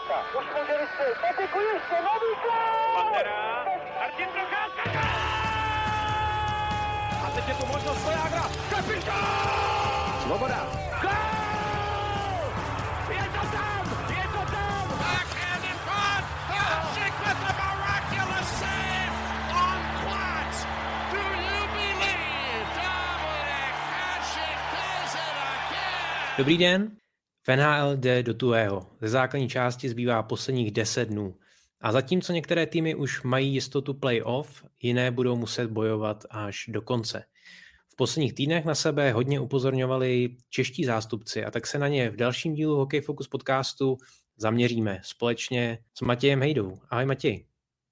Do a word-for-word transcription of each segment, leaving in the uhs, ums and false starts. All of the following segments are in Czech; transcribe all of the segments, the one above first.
Už můželi si, Patiku ještě, nový gól! Pantera, Martin Procházka! A teď je tu možnost Svojágra, kapitán! Svoboda! Gól! Je to tam, je to tam! Backhand in front, Hasek with the miraculous save on Platz. Do you believe Dominik Hasek does it again? Dobrý den. V N H L jde do tuhého. Ze základní části zbývá posledních deset dnů. A zatímco některé týmy už mají jistotu playoff, jiné budou muset bojovat až do konce. V posledních týdnech na sebe hodně upozorňovali čeští zástupci a tak se na ně v dalším dílu Hockey Focus podcastu zaměříme společně s Matějem Hejdou. Ahoj Matěj.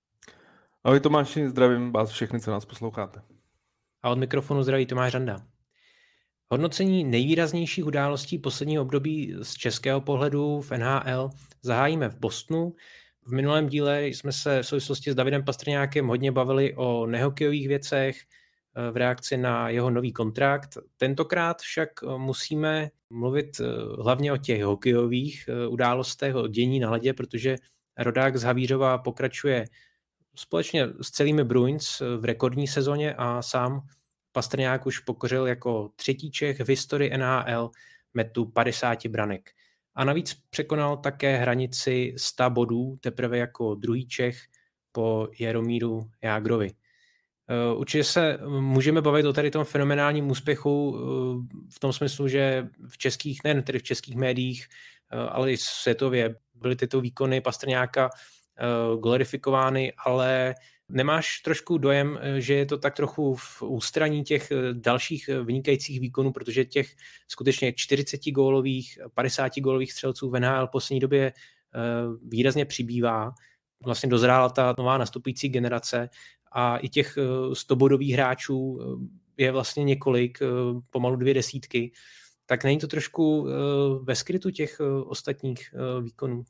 Ahoj Tomáši, zdravím vás všechny, co nás posloucháte. A od mikrofonu zdraví Tomáš Randa. Hodnocení nejvýraznějších událostí posledního období z českého pohledu v N H L zahájíme v Bostonu. V minulém díle jsme se v souvislosti s Davidem Pastrňákem hodně bavili o nehokejových věcech v reakci na jeho nový kontrakt. Tentokrát však musíme mluvit hlavně o těch hokejových událostech, o dění na ledě, protože rodák z Havířova pokračuje společně s celými Bruins v rekordní sezóně a sám Pastrňák už pokořil jako třetí Čech v historii N H L metu padesát branek. A navíc překonal také hranici sto bodů teprve jako druhý Čech po Jaromíru Jágrovi. Určitě se můžeme bavit o tady tom fenomenálním úspěchu v tom smyslu, že v českých, nejen tedy v českých médiích, ale i světově byly tyto výkony Pastrňáka glorifikovány, ale nemáš trošku dojem, že je to tak trochu v ústraní těch dalších vynikajících výkonů, protože těch skutečně čtyřicet gólových, padesát gólových střelců v N H L v poslední době výrazně přibývá. Vlastně dozrála ta nová nastupující generace a i těch sto bodových hráčů je vlastně několik, pomalu dvě desítky. Tak není to trošku ve skrytu těch ostatních výkonů?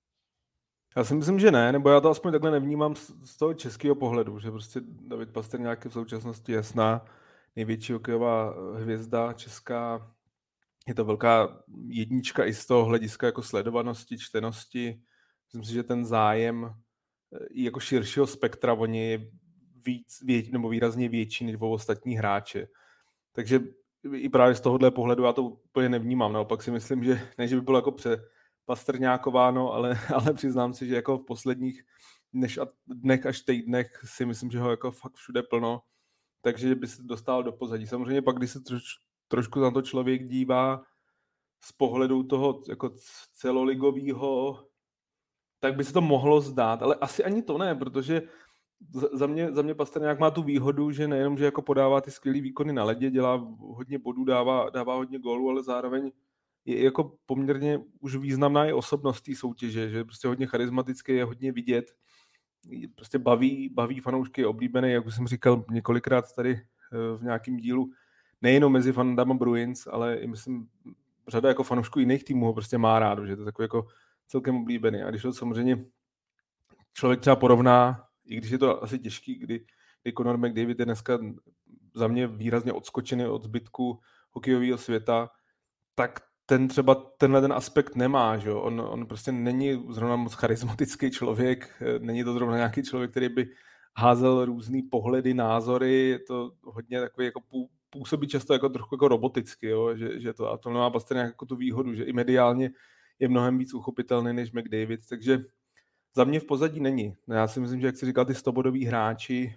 Já si myslím, že ne, nebo já to aspoň takhle nevnímám z toho českého pohledu, že prostě David Pastrňák je v současnosti jasná největší hokejová hvězda česká. Je to velká jednička i z toho hlediska jako sledovanosti, čtenosti. Myslím si, že ten zájem i jako širšího spektra o něj je víc, vě, nebo výrazně větší než o ostatní hráče. Takže i právě z tohohle pohledu já to úplně nevnímám. Naopak si myslím, že ne, že by bylo jako pře pastrňákováno, ale, ale přiznám si, že jako v posledních dnech, a, dnech až týdnech si myslím, že ho jako fakt všude plno, takže by se dostal do pozadí. Samozřejmě pak, když se troš, trošku na to člověk dívá z pohledu toho jako celoligového, tak by se to mohlo zdát, ale asi ani to ne, protože za mě, za mě Pastrňák má tu výhodu, že nejenom, že jako podává ty skvělý výkony na ledě, dělá hodně bodů, dává, dává hodně gólů, ale zároveň je jako poměrně už významná i osobnost té soutěže, že je prostě hodně charismatický, je hodně vidět, prostě baví, baví fanoušky, je oblíbený, jak už jsem říkal několikrát tady v nějakém dílu, nejenom mezi fandama Bruins, ale i myslím, řada jako fanoušků jiných týmů ho prostě má rád, že to je takový jako celkem oblíbený. A když to samozřejmě člověk třeba porovná, i když je to asi těžký, kdy, kdy Conor McDavid je dneska za mě výrazně odskočený od zbytku hokejového světa, tak ten třeba tenhle ten aspekt nemá, že jo? On, on prostě není zrovna moc charismatický člověk, není to zrovna nějaký člověk, který by házel různý pohledy, názory, je to hodně takový jako působí často jako trochu jako roboticky, jo? Že, že to, a to nemá prostě nějak jako tu výhodu, že i mediálně je mnohem víc uchopitelný než McDavid, takže za mě v pozadí není. Já si myslím, že jak jsi říkal, ty stobodoví hráči,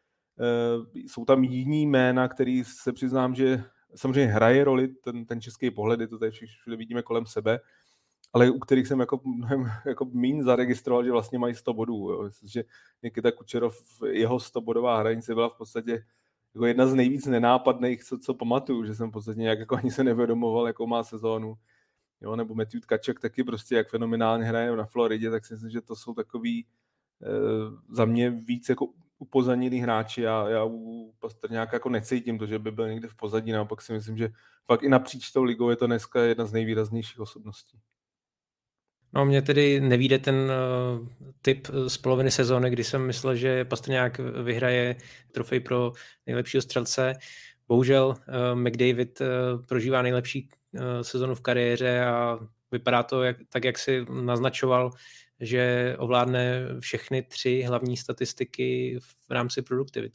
e, jsou tam jiní jména, který se přiznám, že samozřejmě hraje roli ten, ten český pohled, je to tady všude vidíme kolem sebe, ale u kterých jsem jako mnohem jako míň zaregistroval, že vlastně mají sto bodů. Jo. Myslím, že Nikita Kučerov, jeho sto bodová hranice byla v podstatě jako jedna z nejvíc nenápadných, co, co pamatuju, že jsem v podstatě nějak jako ani se nevědomoval, jakou má sezónu. Jo, nebo Matthew Tkaček taky prostě jak fenomenálně hraje na Floridě, tak si myslím, že to jsou takový e, za mě víc jako upozaněný hráči. Já, já u Pastrňáka jako necítím to, že by byl někde v pozadí, naopak si myslím, že fakt i napříč tou ligou je to dneska jedna z nejvýraznějších osobností. No, mně tedy nevíde ten uh, typ z poloviny sezóny, kdy jsem myslel, že Pastrňák vyhraje trofej pro nejlepšího střelce. Bohužel uh, McDavid uh, prožívá nejlepší uh, sezonu v kariéře a vypadá to jak, tak, jak si naznačoval, že ovládne všechny tři hlavní statistiky v rámci produktivity.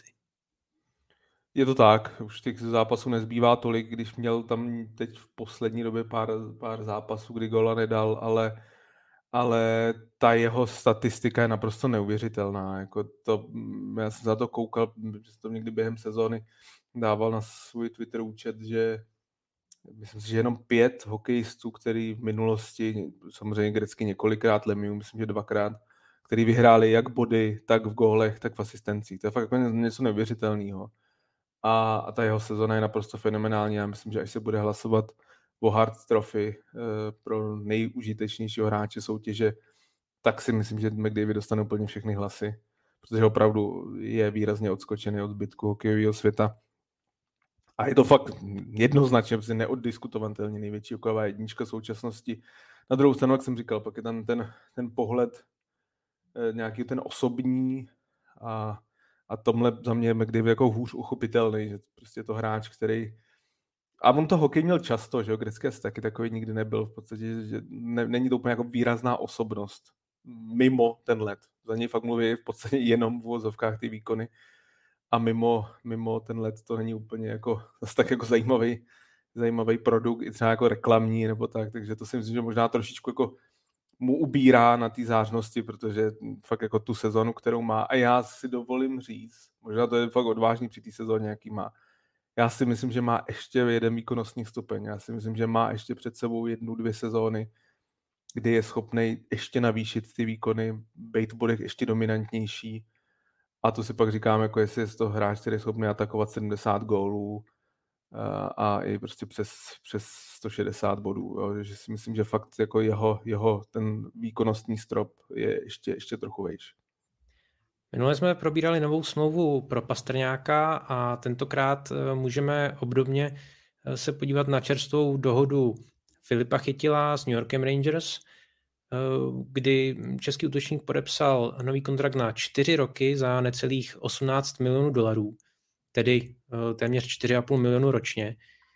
Je to tak, už těch zápasů nezbývá tolik, když měl tam teď v poslední době pár, pár zápasů, kdy gola nedal, ale, ale ta jeho statistika je naprosto neuvěřitelná. Jako to, já jsem za to koukal, že jsem to někdy během sezóny dával na svůj Twitter účet, že myslím si, že jenom pět hokejistů, který v minulosti, samozřejmě grecky několikrát, Lemieux, myslím, že dvakrát, který vyhráli jak body, tak v gólech, tak v asistencích. To je fakt jako něco neuvěřitelného. A, a ta jeho sezona je naprosto fenomenální. Já myslím, že až se bude hlasovat o Hart Trophy eh, pro nejužitečnějšího hráče soutěže, tak si myslím, že McDavid dostane úplně všechny hlasy, protože opravdu je výrazně odskočený od zbytku hokejového světa. A je to fakt jednoznačně neoddiskutovatelně největší hokejová jednička současnosti. Na druhou stranu, jak jsem říkal, pak je tam ten, ten pohled eh, nějaký ten osobní a A tomhle za mě je McDavid jako hůř uchopitelný, že prostě je to hráč, který... A on to hokej měl často, že jo, Gretzky taky takový nikdy nebyl. V podstatě, že ne, není to úplně jako výrazná osobnost mimo ten let. Za něj fakt mluví v podstatě jenom v uvozovkách ty výkony. A mimo, mimo ten let to není úplně jako zase tak jako zajímavý, zajímavý produkt, i třeba jako reklamní nebo tak, takže to si myslím, že možná trošičku jako mu ubírá na té zářnosti, protože fakt jako tu sezonu, kterou má, a já si dovolím říct, možná to je fakt odvážný při té sezóně, jaký má, já si myslím, že má ještě jeden výkonnostní stupeň, já si myslím, že má ještě před sebou jednu, dvě sezóny, kdy je schopný ještě navýšit ty výkony, být v bodech ještě dominantnější, a to si pak říkám, jako jestli je to hráč, který je schopný atakovat sedmdesát gólů, a i prostě přes, přes sto šedesát bodů, jo. Že si myslím, že fakt jako jeho, jeho ten výkonnostní strop je ještě, ještě trochu vejš. Minule jsme probírali novou smlouvu pro Pastrňáka a tentokrát můžeme obdobně se podívat na čerstvou dohodu Filipa Chytila s New Yorkem Rangers, kdy český útočník podepsal nový kontrakt na čtyři roky za necelých osmnáct milionů dolarů, tedy téměř čtyři a půl milionu ročně.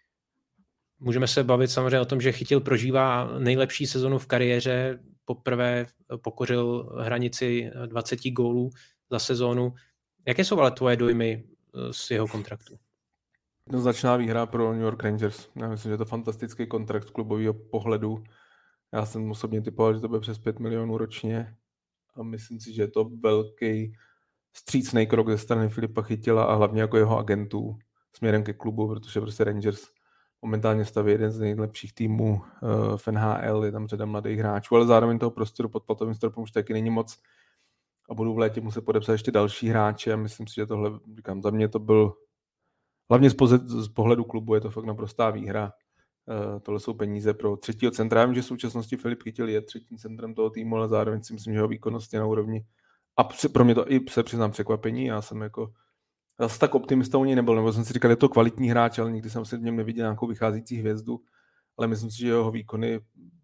Můžeme se bavit samozřejmě o tom, že Chytil prožívá nejlepší sezonu v kariéře, poprvé pokořil hranici dvacet gólů za sezónu. Jaké jsou ale tvoje dojmy z jeho kontraktu? Jednoznačná výhra pro New York Rangers. Já myslím, že je to fantastický kontrakt z klubového pohledu. Já jsem osobně typoval, že to bude přes pět milionů ročně a myslím si, že je to velký vstřícný krok ze strany Filipa Chytila a hlavně jako jeho agentů směrem ke klubu, protože prostě Rangers momentálně staví jeden z nejlepších týmů v N H L, je tam řada mladých hráčů, ale zároveň toho prostoru pod platovým stropem už taky není moc a budou v létě muset podepsat ještě další hráče a myslím si, že tohle, říkám, za mě to byl, hlavně z, pozit, z pohledu klubu je to fakt naprostá výhra. Uh, tohle jsou peníze pro třetího centra. Já vím, že v současnosti Filip Chytil je třetím centrem toho týmu, ale zároveň si myslím, že jeho výkonnost je na úrovni. A pro mě to i se přiznám překvapení. Já jsem jako zase tak optimista u něj nebyl, nebo jsem si říkal, je to kvalitní hráč, ale nikdy jsem si v něm neviděl nějakou vycházející hvězdu. Ale myslím si, že jeho výkony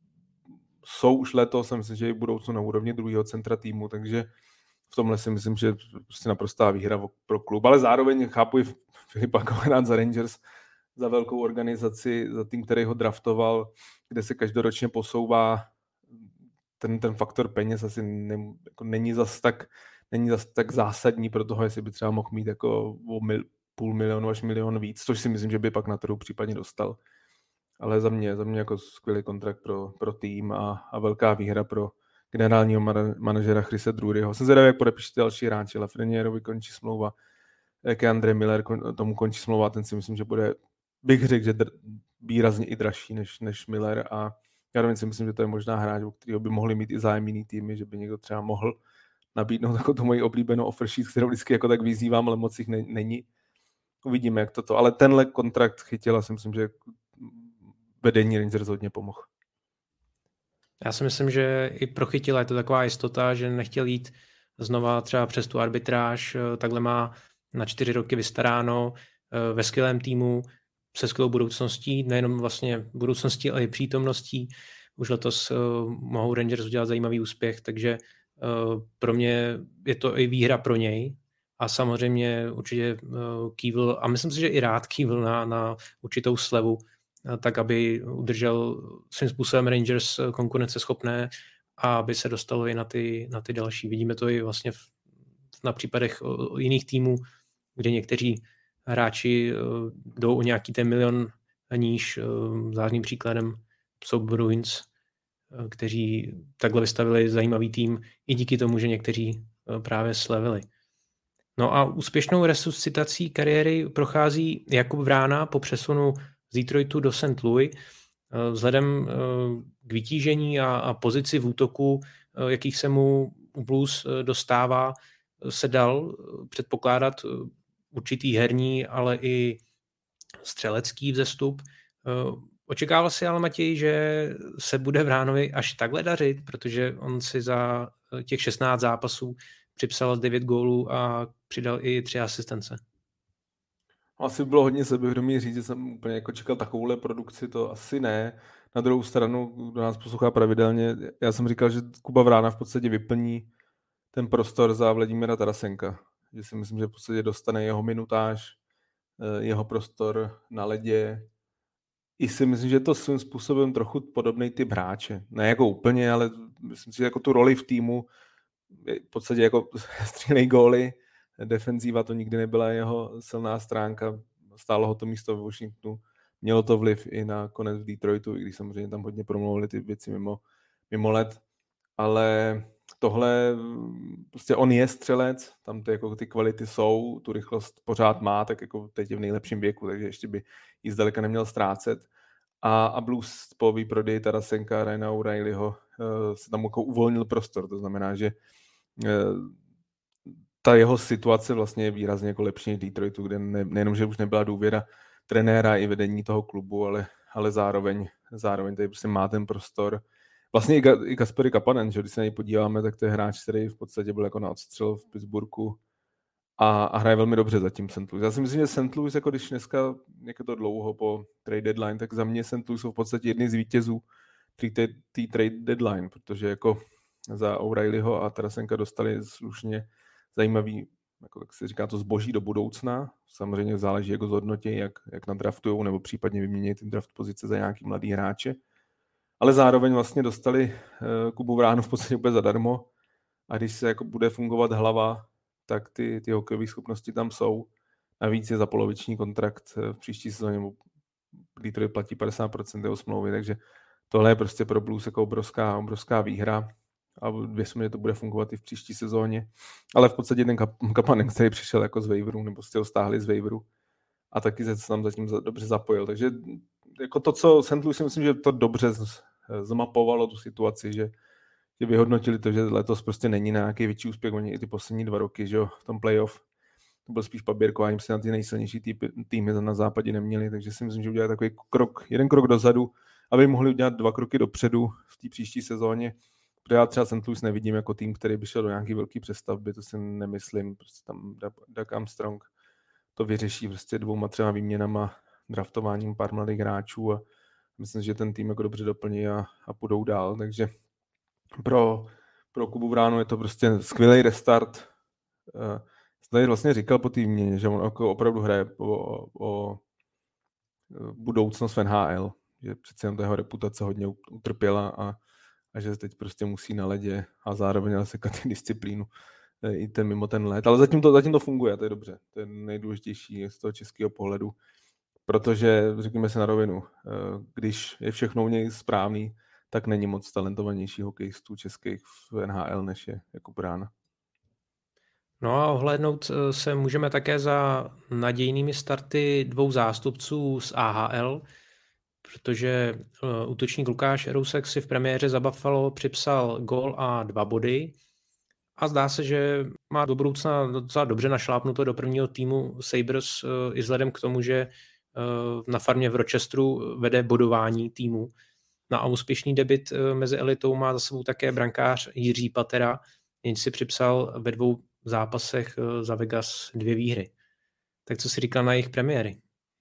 jsou už letos, myslím si, že i budoucnu na úrovni druhého centra týmu, takže v tomhle si myslím, že prostě naprostá výhra pro klub. Ale zároveň chápu i Filipa Kovena za Rangers, za velkou organizaci, za tým, který ho draftoval, kde se každoročně posouvá ten, ten faktor peněz asi ne, jako není zas tak není zas tak zásadní pro toho, jestli by třeba mohl mít jako o mil, půl milionu až milion víc, což si myslím, že by pak na trhu případně dostal. Ale za mě, za mě jako skvělý kontrakt pro, pro tým a, a velká výhra pro generálního manažera Chrise Druryho. Jsem zvědavý, jak podepíšte další hráči. Lafrenierovi končí smlouva, jak je Andrej Miller, tomu končí smlouva, ten si myslím, že bude, bych řekl, že dr- výrazně i dražší než, než Miller a já si myslím, že to je možná hráč, o kterého by mohli mít i zájem jiný týmy, že by někdo třeba mohl nabídnout takovou tu moji oblíbenou offer sheet, kterou vždycky jako tak vyzývám, ale moc jich ne- není. Uvidíme, jak toto. Ale tenhle kontrakt Chytila si myslím, že vedení Rangers hodně pomohl. Já si myslím, že i pro Chytila je to taková jistota, že nechtěl jít znova třeba přes tu arbitráž, takhle má na čtyři roky vystaráno ve skvělém týmu se skvělou budoucností, nejenom vlastně budoucností, ale i přítomností. Už letos mohou Rangers udělat zajímavý úspěch, takže pro mě je to i výhra pro něj a samozřejmě určitě kývl, a myslím si, že i rád kývl na, na určitou slevu tak aby udržel svým způsobem Rangers konkurenceschopné a aby se dostalo i na ty, na ty další. Vidíme to i vlastně v, na případech jiných týmů, kde někteří hráči jdou o nějaký ten milion níž. Zářným příkladem jsou Bruins, kteří takhle vystavili zajímavý tým i díky tomu, že někteří právě slevili. No a úspěšnou resuscitací kariéry prochází Jakub Vrána po přesunu z Detroitu do Saint Louis. Vzhledem k vytížení a, a pozici v útoku, jakých se mu u Blues dostává, se dal předpokládat určitý herní, ale i střelecký vzestup. Očekával si ale Matěj, že se bude Vránovi až takhle dařit, protože on si za těch šestnáct zápasů připsal devět gólů a přidal i tři asistence. Asi bylo hodně sebevědomí říct, že jsem úplně jako čekal takovouhle produkci, to asi ne. Na druhou stranu, kdo nás poslouchá pravidelně, já jsem říkal, že Kuba Vrána v podstatě vyplní ten prostor za Vladimíra Tarasenka. Že si myslím, že v podstatě dostane jeho minutáž, jeho prostor na ledě. I si myslím, že je to svým způsobem trochu podobný typ hráče. Ne jako úplně, ale myslím si, že jako tu roli v týmu, v podstatě jako střílej góly, defenzíva to nikdy nebyla jeho silná stránka, stálo ho to místo v Washingtonu, mělo to vliv i na konec v Detroitu, i když samozřejmě tam hodně promluvili ty věci mimo, mimo let, ale tohle, prostě on je střelec, tam ty, jako ty kvality jsou, tu rychlost pořád má, tak jako teď je v nejlepším věku, takže ještě by jí zdaleka neměl ztrácet. A, a Blues po výprodeji Tarasenka, Ryana O'Reillyho uh, se tam jako uvolnil prostor, to znamená, že uh, ta jeho situace vlastně je výrazně jako lepší než Detroitu, kde ne, nejenom, že už nebyla důvěra trenéra i vedení toho klubu, ale, ale zároveň, zároveň tady prostě má ten prostor. Vlastně i, Ga, i Kasperi Kapanen, že když se na něj podíváme, tak to je hráč, který v podstatě byl jako na odstřel v Pittsburghu a, a hraje velmi dobře zatím Saint Louis. Já si myslím, že Saint Louis, jako když dneska jak je to dlouho po trade deadline, tak za mě Saint Louis jsou v podstatě jedni z vítězů té trade deadline, protože jako za O'Reillyho a Tarasenka dostali slušně zajímavý, jako jak se říká, to zboží do budoucna. Samozřejmě záleží, jak ho zhodnotí, jak, jak nadraftujou, nebo případně vymění ty draft pozice za nějaký mladý hráče. Ale zároveň vlastně dostali uh, Kubu Vránu v podstatě úplně zadarmo a když se jako bude fungovat hlava, tak ty, ty hokejové schopnosti tam jsou. Navíc je za poloviční kontrakt v příští sezóně, Detroit platí padesát procent jeho smlouvy, takže tohle je prostě pro Blues jako obrovská, obrovská výhra a věřím, že to bude fungovat i v příští sezóně. Ale v podstatě ten Kapanen, který přišel jako z waiveru, nebo jste ho stáhli z waiveru a taky se tam zatím dobře zapojil. Takže jako to, co Saint Louis, si myslím, že to dobře zmapovalo tu situaci, že, že vyhodnotili to, že letos prostě není na nějaký větší úspěch, oni i ty poslední dva roky, že jo, v tom playoff to byl spíš paběrková, jim se na ty nejsilnější týpy, týmy na západě neměli, takže si myslím, že udělali takový krok, jeden krok dozadu, aby mohli udělat dva kroky dopředu v té příští sezóně. Protože já třeba Saint Louis nevidím jako tým, který by šel do nějaký velký přestavby, to si nemyslím, prostě tam Doug Armstrong to vyřeší prostě dvouma třeba výměnama, draftováním pár mladých hráčů a myslím, že ten tým jako dobře doplní a, a půjdou dál, takže pro, pro Kubu Vránu je to prostě skvělý restart. Uh, tady vlastně říkal po té výměně, že on jako opravdu hraje o, o budoucnost v N H L, že přece jen ta jeho reputace hodně utrpěla a, a že teď prostě musí na ledě a zároveň ale sekat disciplínu i ten mimo ten let. Ale zatím to, zatím to funguje, to je dobře. To je nejdůležitější z toho českého pohledu, protože, řekněme se na rovinu, když je všechno u něj správný, tak není moc talentovanější hokejistů českých v N H L, než je Jakub Vrána. No a ohlédnout se můžeme také za nadějnými starty dvou zástupců z A H L, protože útočník Lukáš Rousek si v premiéře za Buffalo připsal gól a dva body a zdá se, že má do budoucna docela dobře našlápnuto do prvního týmu Sabres i vzhledem k tomu, že na farmě v Rochesteru vede bodování týmu. Na úspěšný debut mezi elitou má za sebou také brankář Jiří Patera, jenž si připsal ve dvou zápasech za Vegas dvě výhry. Tak co si říkal na jejich premiéry?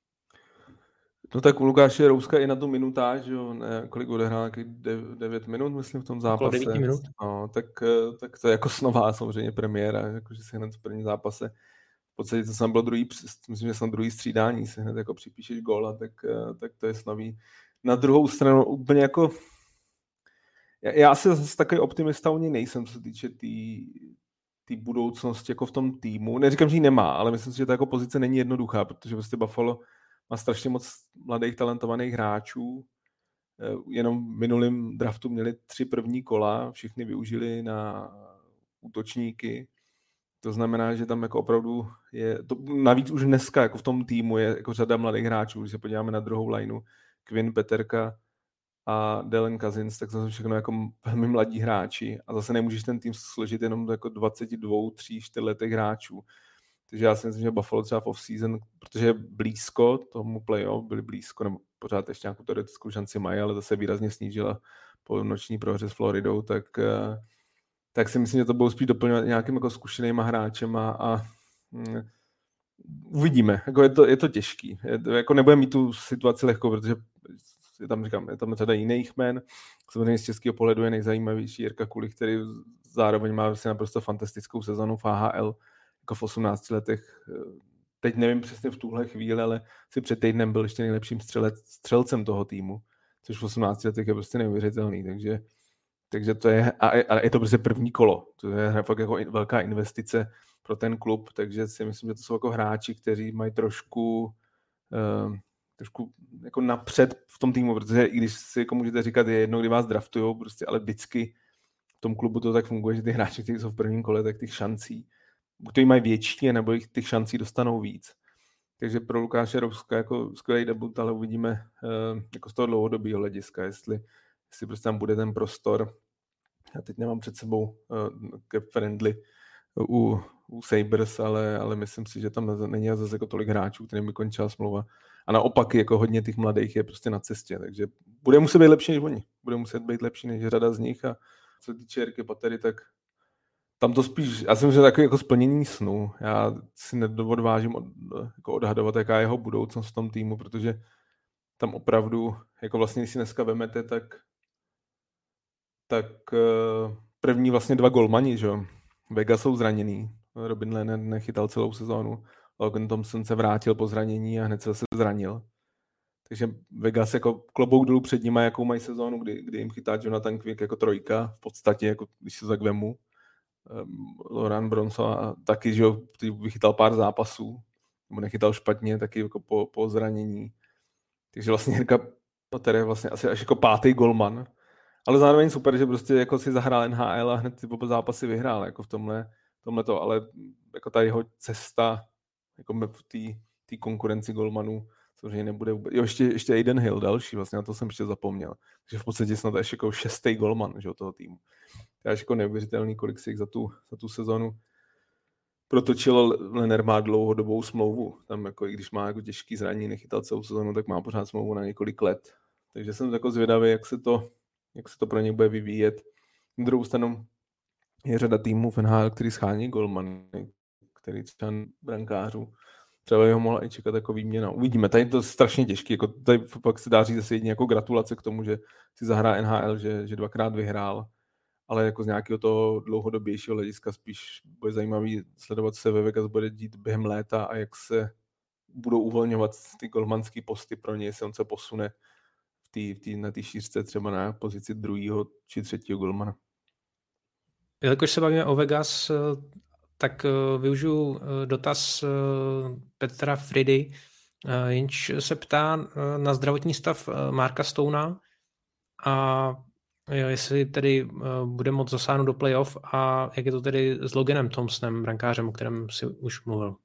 No tak u Lukáše Rouska i na tu minutáž, jo, ne, kolik odehrál, devět minut, myslím, v tom zápase. devět minut. No, tak, tak to je jako snová samozřejmě premiéra, jakože si hned v prvním zápase podstatě to jsem byl druhý, myslím, že jsem druhý střídání, se hned jako připíšeš góla, tak, tak to je slavý. Na druhou stranu úplně jako já, já asi zase takový optimista u něj nejsem, co se týče té tý, tý budoucnosti jako v tom týmu. Neříkám, že ji nemá, ale myslím si, že ta jako pozice není jednoduchá, protože prostě Buffalo má strašně moc mladých talentovaných hráčů. Jenom v minulém draftu měli tři první kola, všichni využili na útočníky. To znamená, že tam jako opravdu je, to navíc už dneska jako v tom týmu je jako řada mladých hráčů. Když se podíváme na druhou lineu, Quinn, Peterka a Dylan Cousins, tak to jsou všechno jako velmi mladí hráči a zase nemůžeš ten tým složit jenom jako dvacet dva, tři, čtyři letech hráčů. Takže já si myslím, že Buffalo třeba v off-season, protože je blízko tomu playoff, byli blízko, nebo pořád ještě nějakou teoretickou šanci mají, ale zase výrazně snížila po noční prohře s Floridou, tak, tak si myslím, že to budou spíš doplňovat nějakým jako zkušenýma hráčema a mm, uvidíme. Jako je, to, je to těžký. Je to, jako nebudeme mít tu situaci lehkou, protože je tam, říkám, je tam řada jiných jmen. Samozřejmě z českého pohledu je nejzajímavější Jirka Kulich, který zároveň má vlastně naprosto fantastickou sezonu v A H L, jako v osmnácti letech. Teď nevím přesně v tuhle chvíli, ale si před týdnem byl ještě nejlepším střelec, střelcem toho týmu, což v osmnácti letech je prostě neuvěřitelný, takže, takže to je, a, a je to prostě první kolo, to je fakt jako velká investice pro ten klub, takže si myslím, že to jsou jako hráči, kteří mají trošku uh, trošku jako napřed v tom týmu, protože i když si jako můžete říkat, je jedno, kdy vás draftujou, prostě, ale vždycky v tom klubu to tak funguje, že ty hráči, kteří jsou v prvním kole, tak těch šancí buď mají větší, nebo jich těch šancí dostanou víc. Takže pro Lukáše Rouska jako skvělý debut, ale uvidíme uh, jako z toho dlouhodobého hlediska, jestli, jestli prostě tam bude ten prostor. Já teď nemám před sebou uh, cap friendly u, u Sabres, ale, ale myslím si, že tam není zase jako tolik hráčů, kterým by končila smlouva. A naopak jako hodně těch mladých je prostě na cestě, takže bude muset být lepší než oni. Bude muset být lepší než řada z nich a co se týče Jirky Patery, tak tam to spíš, já si myslím, že takové jako splnění snu. Já si neodvážím od, jako odhadovat, jaká je jeho budoucnost v tom týmu, protože tam opravdu, jako vlastně, když si dneska vemete, tak, tak první vlastně dva golmani, že jo. Vegas jsou zraněný. Robin Lehner nechytal celou sezónu. Logan Thompson se vrátil po zranění a hned se zranil. Takže Vegas jako klobouk dolů před nimi, jakou mají sezónu, kdy, kdy jim chytá Jonathan Quick jako trojka, v podstatě, jako když se tak vemu. Laurent Bronson taky, že jo, vychytal pár zápasů, nebo nechytal špatně, taky jako po, po zranění. Takže vlastně Jirka Pater je vlastně asi až jako pátý golman. Ale zároveň super, že prostě jako si zahrál N H L a hned ty po zápasy vyhrál, jako v tomhle, tomhle to, ale jako ta jeho cesta jako v té konkurenci golmanů samozřejmě nebude vůbec. Jo, ještě, ještě Aiden Hill další, vlastně na to jsem ještě zapomněl. Takže v podstatě snad ještě jako šestý golman, že, toho týmu. To je jako neuvěřitelný, kolik si jich za tu, za tu sezonu protočil. Lehner má dlouhodobou smlouvu. Tam jako, i když má jako těžký zranění, nechytal celou sezonu, tak má pořád smlouvu na několik let. Takže jsem jako zvědavý, jak se to, jak se to pro ně bude vyvíjet. Na druhou stranu je řada týmů v N H L, který schání golmany, který třeba brankářů. Třeba jeho mohla i čekat jako výměna. Uvidíme, tady je to strašně těžké. Jako tady pak se dá říct zase jedině jako gratulace k tomu, že si zahrá N H L, že, že dvakrát vyhrál, ale jako z nějakého toho dlouhodobějšího hlediska spíš bude zajímavý sledovat, co se ve Vegas bude dít během léta a jak se budou uvolňovat ty golmanský posty pro něj, jestli on se posune v tý, v tý, na té šířce třeba na pozici druhého či třetího golmana. Jelikož se bavíme o Vegas, tak využiju dotaz Petra Fridy, jenž se ptá na zdravotní stav Marka Stouna a jestli tedy bude moct zasáhnout do playoff a jak je to tedy s Loganem Thompsonem, brankářem, o kterém si už mluvil.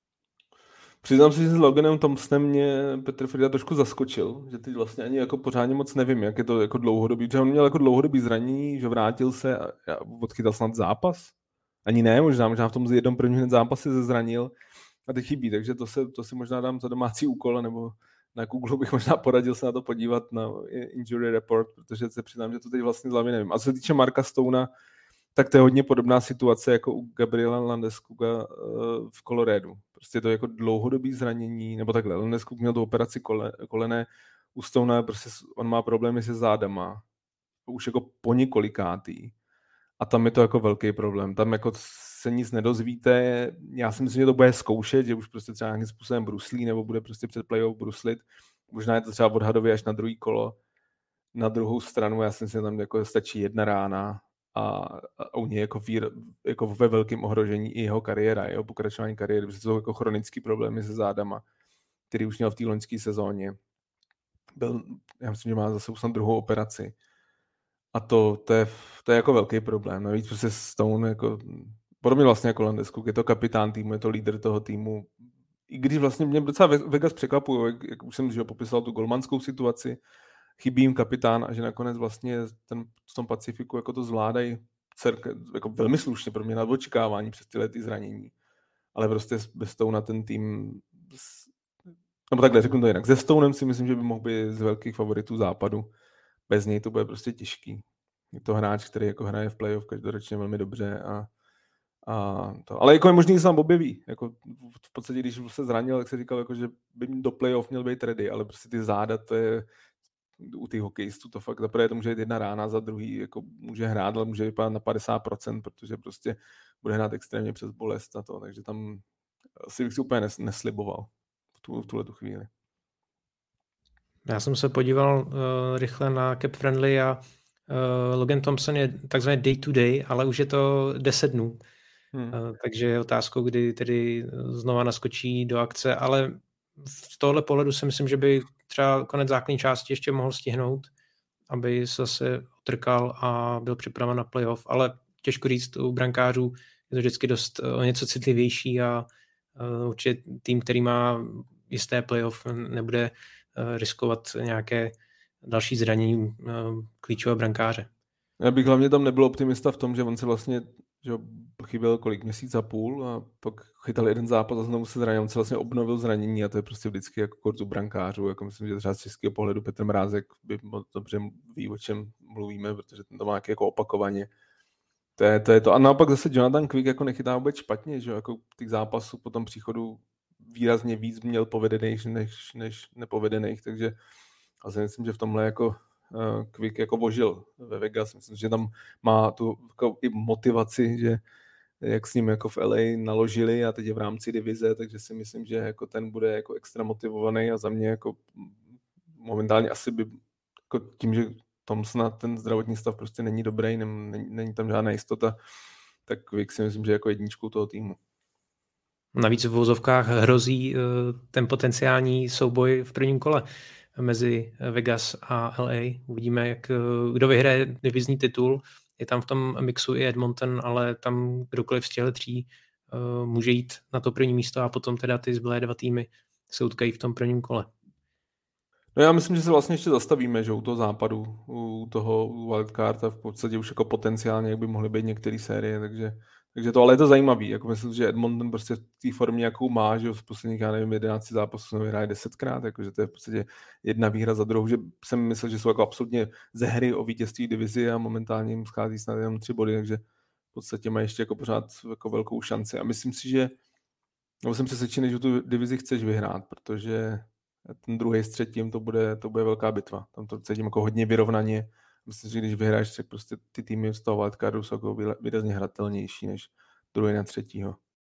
Přiznám si, že s Loganem Thompsonem mě Petr Frida trošku zaskočil, že teď vlastně ani jako pořádně moc nevím, jak je to jako dlouhodobý, protože on měl jako dlouhodobý zranění, že vrátil se a odchytal snad zápas. Ani ne, možná, možná v tom jednom prvním hned zápase se zranil a teď chybí, takže to, se, to si možná dám za domácí úkol, nebo na Google bych možná poradil se na to podívat na injury report, protože se přiznám, že to teď vlastně z hlavy nevím. A co se týče Marka Stouna, tak to je hodně podobná situace jako u Gabriela Landeskога v Coloradu. Prostě to je jako dlouhodobý zranění, nebo takhle, Landeskog měl tu operaci kole, kolené, u Stouna prostě on má problémy se zádama, už jako po několikátý. A a tam je to jako velký problém. Tam jako se nic nedozvíte. Já si myslím, že to bude zkoušet, že už prostě třeba nějakým způsobem bruslí nebo bude prostě před playoff bruslit. Možná je to třeba odhadově až na druhý kolo. Na druhou stranu, já si myslím, že tam jako stačí jedna rána a, a u něj jako, vír, jako ve velkém ohrožení i jeho kariéra, jeho pokračování kariéry, protože to jsou jako chronické problémy se zádama, který už měl v té loňské sezóně. Byl, já myslím, že má zase už druhou operaci. A to, to, je, to je jako velký problém. Navíc prostě Stone, jako, podobně vlastně jako Landeskog, je to kapitán týmu, je to lídr toho týmu. I když vlastně mě docela Vegas překvapuje, jak, jak už jsem že popisal tu golmanskou situaci, chybí jim kapitán a že nakonec vlastně ten, v tom Pacifiku jako to zvládají cerka, jako velmi slušně pro mě na očekávání přes tyhle ty zranění. Ale prostě bez Stona ten tým, nebo takhle řeknu to jinak, se Stonem si myslím, že by mohl být z velkých favoritů západu. Bez něj to bude prostě těžký. Je to hráč, který jako hraje v playoff každoročně velmi dobře a, a to. Ale jako je možný, že se tam objeví. Jako v podstatě, když se zranil, tak se říkal, jako, že by do playoff měl být ready, ale prostě ty záda, to je u těch hokejistů to fakt, zaprvé to může být jedna rána, za druhý jako může hrát, ale může vypadat na padesát procent, protože prostě bude hrát extrémně přes bolest a to, takže tam asi bych si úplně nes, nesliboval v, tu, v tuhle tu chvíli. Já jsem se podíval uh, rychle na Cap Friendly a uh, Logan Thompson je takzvaný day to day, ale už je to deset dnů. Hmm. Uh, takže je otázkou, kdy tedy znova naskočí do akce, ale z tohohle pohledu si myslím, že by třeba konec základní části ještě mohl stihnout, aby se zase otrkal a byl připraven na playoff, ale těžko říct, u brankářů je to vždycky dost o něco citlivější a uh, určitě tým, který má jisté playoff, nebude uh, riskovat nějaké další zranění uh, klíčového brankáře. Já bych hlavně tam nebyl optimista v tom, že on se vlastně že chyběl kolik, měsíc a půl a pak chytal jeden zápas a znovu se zranil. On se vlastně obnovil zranění a to je prostě vždycky jako kurzu brankářů. Jako myslím, že třeba z českého pohledu Petr Mrázek by dobře ví, o čem mluvíme, protože ten to má nějaké jako opakovaně. To je, to je to. A naopak zase Jonathan Quick jako nechytá vůbec špatně, že jako těch zápasů po tom příchodu výrazně víc měl povedených než, než nepovedených, takže a si myslím, že v tomhle jako Quick jako vožil ve Vegas. Myslím, že tam má tu jako i motivaci, že jak s ním jako v L A naložili a teď je v rámci divize, takže si myslím, že jako ten bude jako extra motivovaný a za mě jako momentálně asi by jako tím, že Thompson ten zdravotní stav prostě není dobrý, není, není tam žádná jistota, tak Quick si myslím, že jako jedničkou toho týmu. Navíc v vozovkách hrozí ten potenciální souboj v prvním kole mezi Vegas a L A. Uvidíme, jak, kdo vyhraje divizní titul. Je tam v tom mixu i Edmonton, ale tam kdokoliv z těchto tří uh, může jít na to první místo a potom teda ty zbylé dva týmy se utkají v tom prvním kole. No já myslím, že se vlastně ještě zastavíme, že u toho západu, u toho wildcarda v podstatě už jako potenciálně, jak by mohly být některé série, takže Takže to, ale je to zajímavý, jako myslím, že Edmonton prostě v té formě, jakou má, že v posledních, já nevím, jedenáct zápasů vyhraje desetkrát, jakože to je v podstatě jedna výhra za druhou, že jsem myslel, že jsou jako absolutně ze hry o vítězství divizi a momentálně jim schází snad jenom tři body, takže v podstatě mají ještě jako pořád jako velkou šanci. A myslím si, že no, jsem přesvědčený, že tu divizi chceš vyhrát, protože ten druhý s třetím, to bude, to bude velká bitva. Tam to cítím jako hodně vyrovnaně. Myslím, že když vyhráš, tak prostě ty týmy z toho wildcardu jsou jako výrazně hratelnější než druhý na třetího.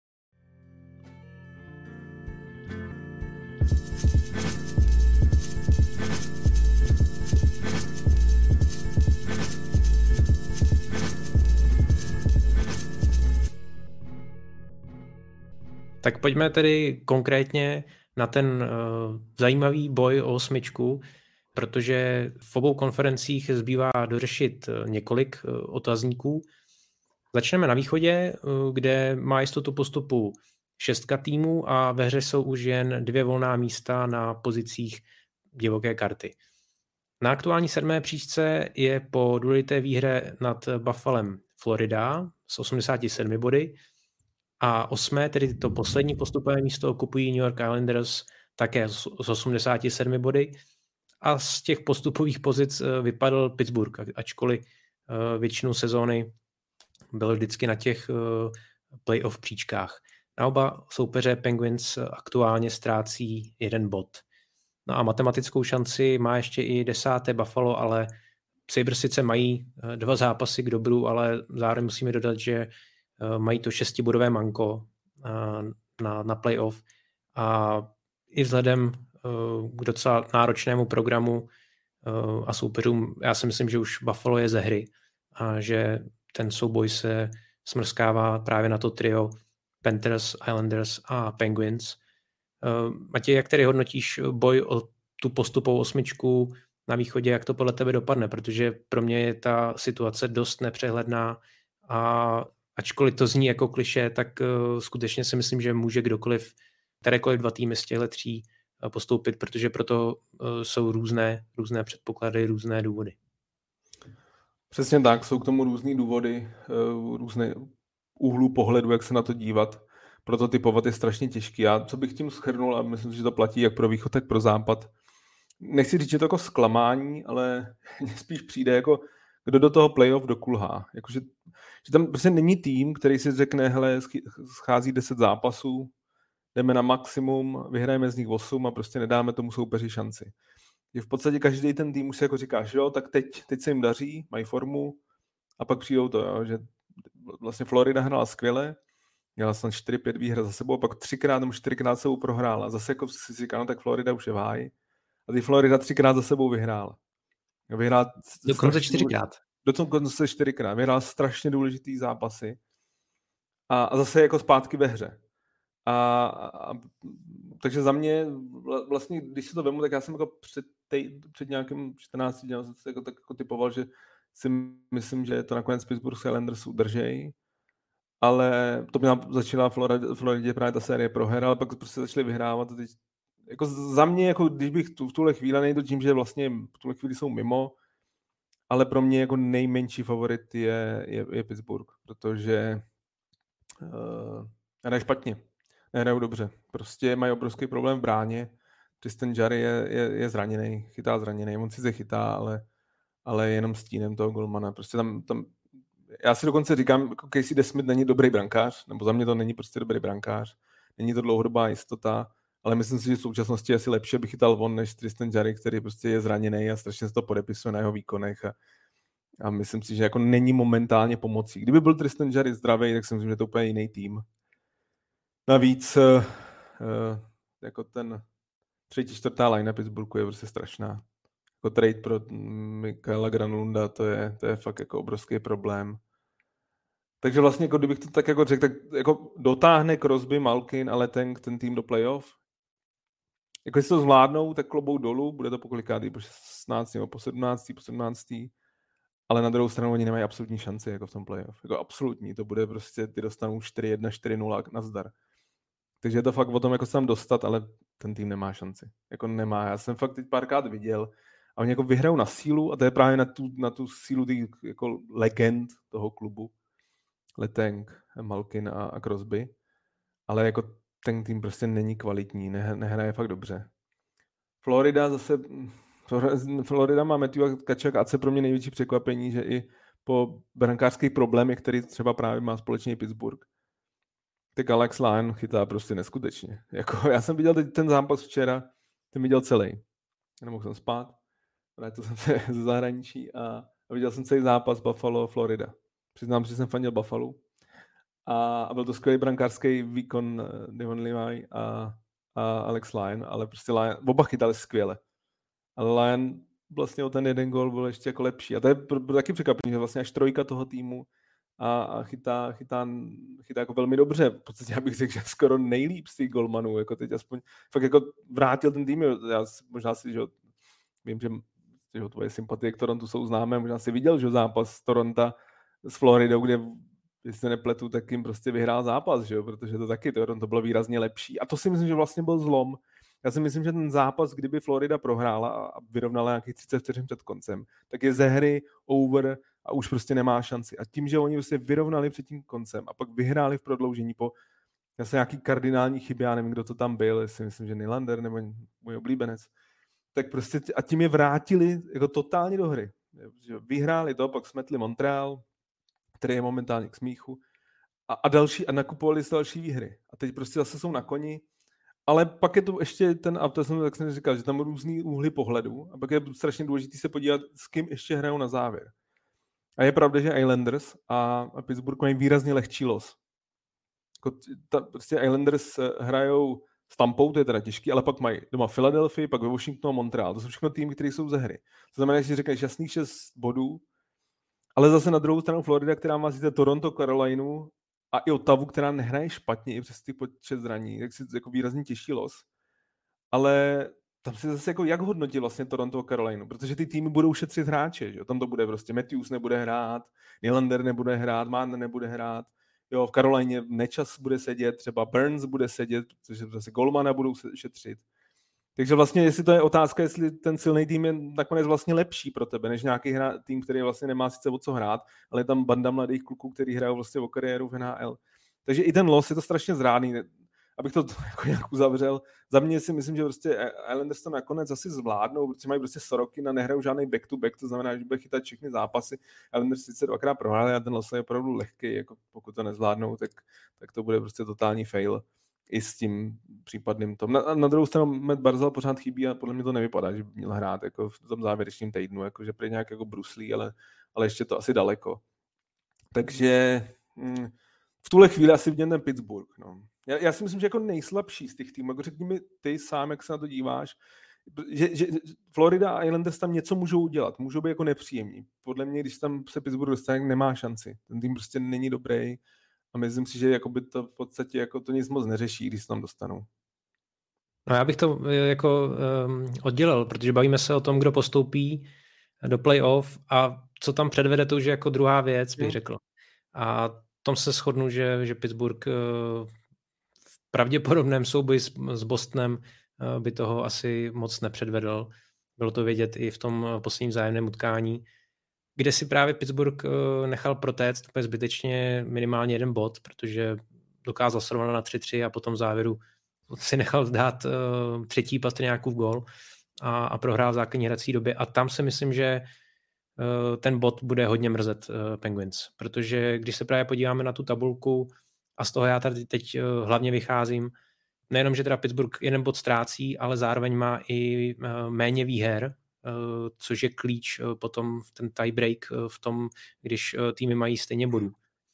Tak pojďme tedy konkrétně na ten uh, zajímavý boj o osmičku, protože v obou konferencích zbývá dořešit několik otazníků. Začneme na východě, kde má jistotu postupu šestka týmů a ve hře jsou už jen dvě volná místa na pozicích divoké karty. Na aktuální sedmé příčce je po důležité výhře nad Buffalem Florida s osmdesáti sedmi body a osmé, tedy to poslední postupové místo, okupují New York Islanders také s osmdesáti sedmi body. A z těch postupových pozic vypadl Pittsburgh, ačkoliv většinu sezóny byl vždycky na těch playoff příčkách. Na oba soupeře Penguins aktuálně ztrácí jeden bod. No a matematickou šanci má ještě i desáté Buffalo, ale Sabres sice mají dva zápasy k dobru, ale zároveň musíme dodat, že mají to šestibodové manko na, na playoff a i vzhledem k docela náročnému programu a soupeřům, já si myslím, že už Buffalo je ze hry a že ten souboj se smrskává právě na to trio Panthers, Islanders a Penguins. Matěj, jak tedy hodnotíš boj o tu postupovou osmičku na východě, jak to podle tebe dopadne, protože pro mě je ta situace dost nepřehledná a ačkoliv to zní jako klišé, tak uh, skutečně si myslím, že může kdokoliv, kterékoliv dva týmy z těchto tří uh, postoupit, protože proto uh, jsou různé, různé předpoklady, různé důvody. Přesně tak, jsou k tomu různé důvody, uh, různé úhlů pohledu, jak se na to dívat. Proto typovat je strašně těžký. Já co bych tím shrnul, a myslím, že to platí jak pro východ, tak pro západ. Nechci říct, že to jako zklamání, ale mně spíš přijde jako kdo do toho playoff dokulhá. Jakože, že tam prostě není tým, který si řekne, hele, schází deset zápasů, jdeme na maximum, vyhrajeme z nich osm a prostě nedáme tomu soupeři šanci. Je v podstatě každý ten tým už si jako říká, že jo, tak teď, teď se jim daří, mají formu a pak přijdou to, jo, že vlastně Florida hrála skvěle, měla jsem čtyři pět výher za sebou a pak třikrát nebo čtyřikrát sebou prohrála. Zase jako si říká, no tak Florida už je v háji. A ty Florida třikrát za sebou vyhrála. Vyhrál dokonce čtyřikrát. Dokonce čtyřikrát. Vyhrál strašně důležitý zápasy. A, a zase jako zpátky ve hře. A, a, takže za mě, vlastně, když si to vemu, tak já jsem jako před, tej, před nějakým čtrnácti dní jako, tak jako typoval, že si myslím, že to nakonec Pittsburgh Islanders udržejí. Ale to by nám začala Florida, Floridě právě ta série proher, ale pak prostě začali vyhrávat. Teď, jako za mě, jako když bych tu, v tuhle chvíli, nejde tím, že vlastně v tuhle chvíli jsou mimo, ale pro mě jako nejmenší favorit je, je, je Pittsburgh, protože uh, nehrají špatně, nehrajou dobře. Prostě mají obrovský problém v bráně. Tristan Jarry je, je, je zraněný, chytá zraněný, on si se chytá, ale, ale jenom stínem toho golmana. Prostě tam, tam já si dokonce říkám, jako Casey DeSmith není dobrý brankář, nebo za mě to není prostě dobrý brankář, není to dlouhodobá jistota, ale myslím si, že v současnosti je asi lepší, aby chytal on, než Tristan Jarry, který prostě je zraněný a strašně se to podepisuje na jeho výkonech a, a myslím si, že jako není momentálně pomocí. Kdyby byl Tristan Jarry zdravý, tak si myslím, že je to úplně jiný tým. Navíc uh, uh, jako ten třetí, čtvrtá line Pittsburghu je prostě strašná. Jako trade pro Mikaela Granlunda, to je, to je fakt jako obrovský problém. Takže vlastně, jako kdybych to tak jako řekl, tak jako dotáhne Crosby, Malkin a Letang ten tým do playoff. Jako jestli to zvládnou, tak klobou dolů, bude to po kolikátý, po šestnáctý nebo po sedmnáctý, po sedmnáctý, ale na druhou stranu oni nemají absolutní šanci jako v tom playoff. Jako absolutní, to bude prostě, ty dostanou čtyři jedna, čtyři nula nazdar. Takže je to fakt o tom, jako se tam dostat, ale ten tým nemá šanci. Jako nemá. Já jsem fakt teď párkrát viděl a oni jako vyhrajou na sílu a to je právě na tu, na tu sílu těch jako legend toho klubu. Letang, Malkin a, a Crosby. Ale jako ten tým prostě není kvalitní, ne, nehraje fakt dobře. Florida zase, Florida má Matthew Tkachuk a co je pro mě největší překvapení, že i po brankářských problémech, který třeba právě má společně Pittsburgh, tak Alex Lyon chytá prostě neskutečně. Jako, já jsem viděl teď ten zápas včera, jsem viděl celý. Nemohl jsem spát, vrátil jsem se ze zahraničí a, a viděl jsem celý zápas Buffalo, Florida. Přiznám, že jsem fandil Buffalo. A, a byl to skvělý brankářský výkon Devon Levi a, a Alex Lyon, ale prostě Lyon, oba chytali skvěle. Ale Lyon vlastně o ten jeden gól byl ještě jako lepší. A to je taky překvapení, že vlastně až trojka toho týmu a, a chytá, chytá, chytá jako velmi dobře. V podstatě já bych řekl, že skoro nejlíp z těch golmanů. Jako teď aspoň fakt jako vrátil ten tým. Já možná si, že vím, že, že tvoje sympatie k Torontu jsou známé. Možná si viděl, že zápas Toronto s Floridou, kde když se nepletu, tak jim prostě vyhrál zápas, že jo? Protože to taky to bylo výrazně lepší. A to si myslím, že vlastně byl zlom. Já si myslím, že ten zápas, kdyby Florida prohrála a vyrovnala nějakých třicet vteřin před koncem, tak je ze hry over a už prostě nemá šanci. A tím, že oni prostě vyrovnali před tím koncem a pak vyhráli v prodloužení po zase nějaký kardinální chyby, já nevím, kdo to tam byl, jestli myslím, že Nylander nebo můj oblíbenec, tak prostě a tím je vrátili jako totálně do hry. Vyhráli to, pak smetli Montreal, který je momentálně k smíchu, a, a další, a nakupovali z další výhry. A teď prostě zase jsou na koni ale pak je to ještě ten, a to jsem, jak jsem říkal, že tam různý úhly pohledu a pak je strašně důležité se podívat, s kým ještě hrajou na závěr. A je pravda, že Islanders a Pittsburgh mají výrazně lehčí los. Jako ta, prostě Islanders hrajou s Tampou, to je teda těžký, ale pak mají doma Philadelphia, pak ve Washingtonu a Montreal. To jsou všechno týmy, které jsou ze hry. To znamená, že řekneš jasných šest bodů, ale zase na druhou stranu Florida, která má sice Toronto, Carolinu a i Ottawu, která nehraje špatně i přes ty počet zraní, tak si jako výrazně těžší los. Ale tam si zase jako jak hodnotí vlastně Toronto a Carolinu, protože ty týmy budou šetřit hráče, že? Tam to bude prostě Matthews nebude hrát, Nylander nebude hrát, Mann nebude hrát, jo, v Karolíně Nečas bude sedět, třeba Burns bude sedět, protože zase Golmana budou šetřit. Takže vlastně, jestli to je otázka, jestli ten silný tým je nakonec vlastně lepší pro tebe, než nějaký hra, tým, který vlastně nemá sice o co hrát, ale je tam banda mladých kluků, který hrajou vlastně o kariéru v N H L. Takže i ten los je to strašně zrádný. Abych to jako nějak uzavřel, za mě si myslím, že prostě Islanders to nakonec asi zvládnou, protože mají prostě Sorokin a nehrajou žádný back-to-back, to znamená, že bude chytat všechny zápasy. Islanders sice dvakrát prohráli a ten los je opravdu lehký, jako pokud to nezvládnou, tak, tak to bude prostě totální fail i s tím případným tom. Na, na druhou stranu Matt Barzal pořád chybí a podle mě to nevypadá, že by měl hrát jako v tom závěrečném týdnu, jako že prý nějak jako bruslí, ale, ale ještě to asi daleko. Takže hm, v tuhle chvíli asi vidět ten Pittsburgh, no. Já, já si myslím, že jako nejslabší z těch týmů, jako řekni mi ty sám, jak se na to díváš, že, že Florida a Islanders tam něco můžou udělat, můžou být jako nepříjemní. Podle mě, když tam se Pittsburgh dostane, nemá šanci. Ten tým prostě není dobrý a myslím si, že jako by to v podstatě jako to nic moc neřeší, když se tam dostanou. No já bych to jako um, oddělil, protože bavíme se o tom, kdo postoupí do playoff a co tam předvede, to už je jako druhá věc, bych hmm. řekl. A tom se shodnu, že, že Pittsburgh uh, v pravděpodobném souboji s, s Bostonem uh, by toho asi moc nepředvedl. Bylo to vidět i v tom posledním vzájemném utkání, kde si právě Pittsburgh uh, nechal protéct zbytečně minimálně jeden bod, protože dokázal srovnat na tři tři a potom v závěru si nechal dát uh, třetí Pastrňákův gól a, a prohrál v základní hrací době. A tam si myslím, že uh, ten bod bude hodně mrzet uh, Penguins, protože když se právě podíváme na tu tabulku a z toho já tady teď uh, hlavně vycházím, nejenom, že teda Pittsburgh jeden bod ztrácí, ale zároveň má i uh, méně výher, uh, což je klíč uh, potom v ten tiebreak uh, v tom, když uh, týmy mají stejně bodů.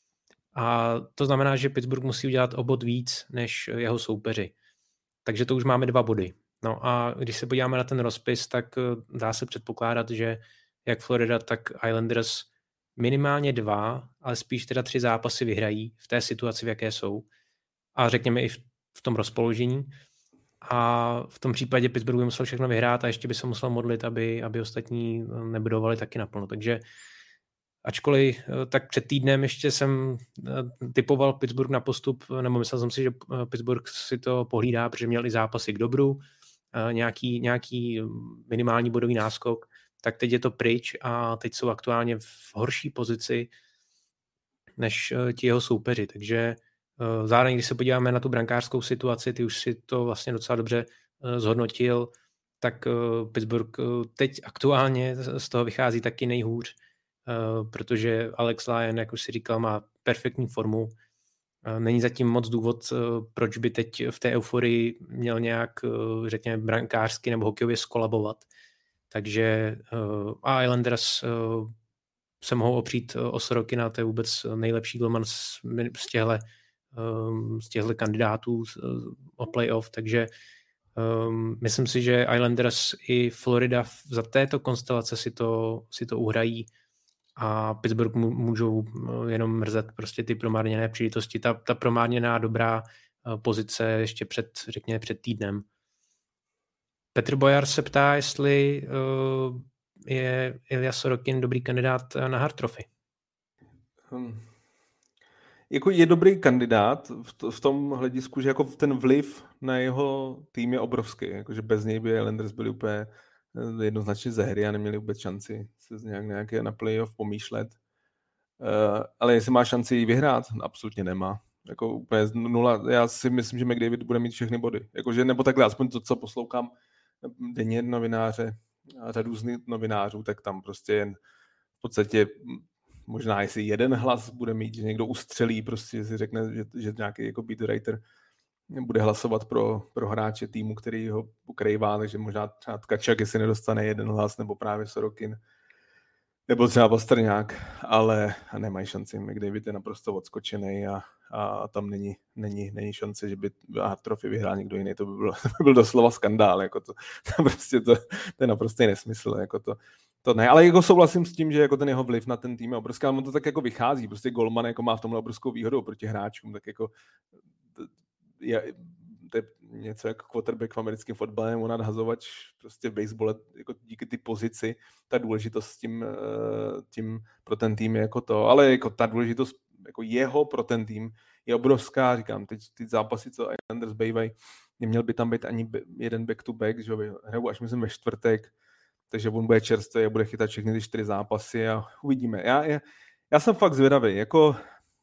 A to znamená, že Pittsburgh musí udělat o bod víc než jeho soupeři. Takže to už máme dva body. No a když se podíváme na ten rozpis, tak dá se předpokládat, že jak Florida, tak Islanders minimálně dva, ale spíš teda tři zápasy vyhrají v té situaci, v jaké jsou. A řekněme i v, v tom rozpoložení. A v tom případě Pittsburgh by musel všechno vyhrát a ještě by se musel modlit, aby, aby ostatní nebudovali taky naplno. Takže ačkoliv tak před týdnem ještě jsem typoval Pittsburgh na postup, nebo myslel jsem si, že Pittsburgh si to pohlídá, protože měl i zápasy k dobru, nějaký, nějaký minimální bodový náskok, tak teď je to pryč a teď jsou aktuálně v horší pozici než ti jeho soupeři. Takže zároveň, když se podíváme na tu brankářskou situaci, ty už si to vlastně docela dobře zhodnotil, tak Pittsburgh teď aktuálně z toho vychází taky nejhůř, Uh, protože Alex Lyon, jak už si říkal, má perfektní formu. Uh, není zatím moc důvod, uh, proč by teď v té euforii měl nějak, uh, řekněme, brankářsky nebo hokejově skolabovat. Takže uh, a Islanders uh, se mohou opřít uh, o Sorokina, to je vůbec nejlepší golman z, z těchto um, z těchto kandidátů uh, o playoff, takže um, myslím si, že Islanders i Florida za této konstelace si to, si to uhrají a Pittsburgh můžou jenom mrzet prostě ty promárněné příležitosti. Ta, ta promárněná dobrá pozice ještě před, řekněme, před týdnem. Petr Bojar se ptá, jestli uh, je Ilja Sorokin dobrý kandidát na Hart Trophy. Hmm. Jako je dobrý kandidát v, to, v tom hledisku, že jako ten vliv na jeho tým je obrovský. Jako, že bez něj by Islanders byli úplně jednoznačně ze hry a neměli vůbec šanci se nějak, nějaké na playoff pomýšlet. Uh, ale jestli má šanci ji vyhrát, absolutně nemá. Jako úplně nula. Já si myslím, že McDavid bude mít všechny body. Jakože, nebo takhle, aspoň to, co poslouchám denně novináře a řadu z novinářů, tak tam prostě jen v podstatě možná jestli jeden hlas bude mít, že někdo ustřelí, prostě si řekne, že, že nějaký jako beatwriter bude hlasovat pro, pro hráče týmu, který ho ukrývá, takže možná třeba Tkačak, jestli nedostane jeden hlas, nebo právě Sorokin, nebo třeba Pastrňák, ale nemají šanci. McDavid je naprosto odskočený a, a tam není, není, není šance, že by Hart Trophy vyhrál někdo jiný. To by byl, to by byl doslova skandál. Jako to, to, prostě to, to je naprostý nesmysl. Jako to, to ne, ale jako souhlasím s tím, že jako ten jeho vliv na ten tým je obrovský, ale on to tak jako vychází. Prostě golman jako má v tomhle obrovskou výhodu proti hráčům, tak jako je, to je něco jako quarterback v americkém fotbale nebo nadhazovač prostě v baseball, jako díky ty pozici, ta důležitost s tím, tím pro ten tým je jako to, ale jako ta důležitost jako jeho pro ten tým je obrovská, říkám, teď ty zápasy, co Islanders bývají, neměl by tam být ani jeden back-to-back, že hrajou až myslím ve čtvrtek, takže on bude čerstvý a bude chytat všechny ty čtyři zápasy a uvidíme. Já, já, já jsem fakt zvědavý, jako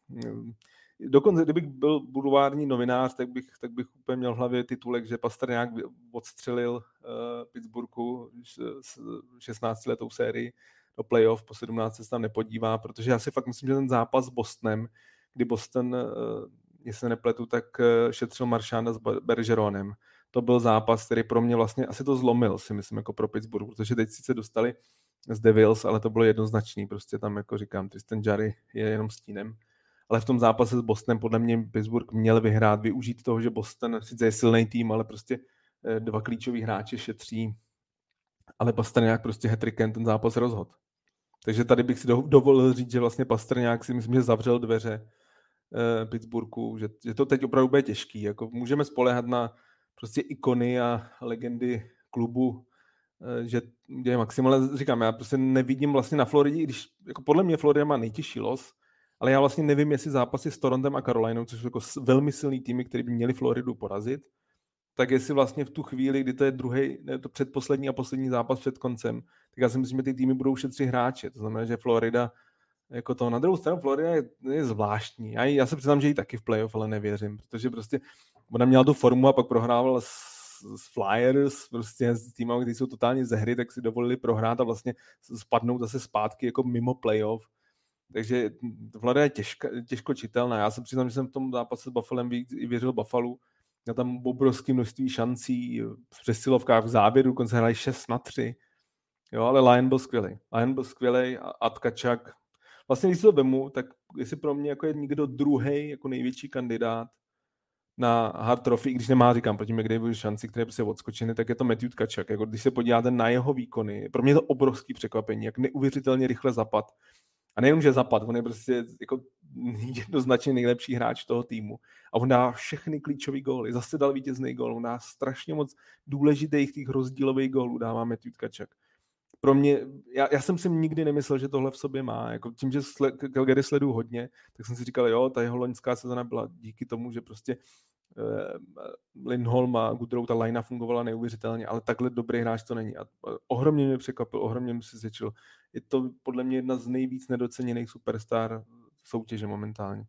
dokonce, kdybych byl bulvární novinář, tak bych, tak bych úplně měl v hlavě titulek, že Pastrňák odstřelil uh, Pittsburghu s šestnáctiletou sérii do playoff, po sedmnácti se tam nepodívá, protože já si fakt myslím, že ten zápas s Bostonem, kdy Boston, uh, jestli se nepletu, tak uh, šetřil Marchanda s Bergeronem. To byl zápas, který pro mě vlastně asi to zlomil, si myslím, jako pro Pittsburgh, protože teď sice dostali z Devils, ale to bylo jednoznačný, prostě tam, jako říkám, Tristan Jarry je jenom stínem. Ale v tom zápase s Bostonem podle mě Pittsburgh měl vyhrát, využít toho, že Boston sice je silný tým, ale prostě dva klíčoví hráči šetří, ale Pastrňák prostě hat-trickem ten zápas rozhodl. Takže tady bych si dovolil říct, že vlastně Pastrňák si myslím, že zavřel dveře eh, Pittsburghu, že, že to teď opravdu bude těžký. Jako můžeme spoléhat na prostě ikony a legendy klubu, eh, že je maximálně, říkám, já prostě nevidím vlastně na Floridě, když jako podle mě Florida má nejtěžší los, ale já vlastně nevím, jestli zápasy s Torontem a Carolinou, což jsou jako velmi silný týmy, který by měli Floridu porazit, tak jestli vlastně v tu chvíli, kdy to je druhý, ne, to předposlední a poslední zápas před koncem, tak já si myslím, že ty týmy budou šetřit hráče. To znamená, že Florida, jako to na druhou stranu, Florida je, je zvláštní. Já, já se přiznám, že jí taky v playoff, ale nevěřím, protože prostě ona měla tu formu a pak prohrával s, s Flyers, prostě s týmami, kteří jsou totálně ze hry, tak si dovolili prohrát a vlastně spadnout zase zpátky jako mimo playoff. Takže Florida je těžko, těžko čitelná. Já se přiznám, že jsem v tom zápase s Buffalem i věřil Buffalu. Měl tam obrovské množství šancí v přesilovkách, v závěru, konce hráli šest na tři. Jo, ale Lyon byl skvělý. Lyon byl skvělý a Tkačak. Vlastně, když to vemu, tak jestli pro mě jako je někdo druhý jako největší kandidát na Hart Trophy, když nemá, říkám, proti McDavidu šanci, které prostě odskočeny, tak je to Matthew Tkačak. Jako když se podíváte na jeho výkony, pro mě je to obrovský překvapení, jak neuvěřitelně rychle zapad. A nejenom, že zapad, on je prostě jako jednoznačně nejlepší hráč toho týmu. A on dá všechny klíčové góly. Zase dal vítězný gól. On dá strašně moc důležitých těch rozdílových gólů, dává Matthew Tkačak. Pro mě, já, já jsem si nikdy nemyslel, že tohle v sobě má. Jako tím, že Calgary sleduju hodně, tak jsem si říkal, jo, ta jeho loňská sezona byla díky tomu, že prostě eh, Lindholm a Goodrow, ta linea fungovala neuvěřitelně, ale takhle dobrý hráč to není. A ohromně mě překvapil, ohromně mě přesvědčil. Je to podle mě jedna z nejvíc nedoceněných superstar soutěže momentálně.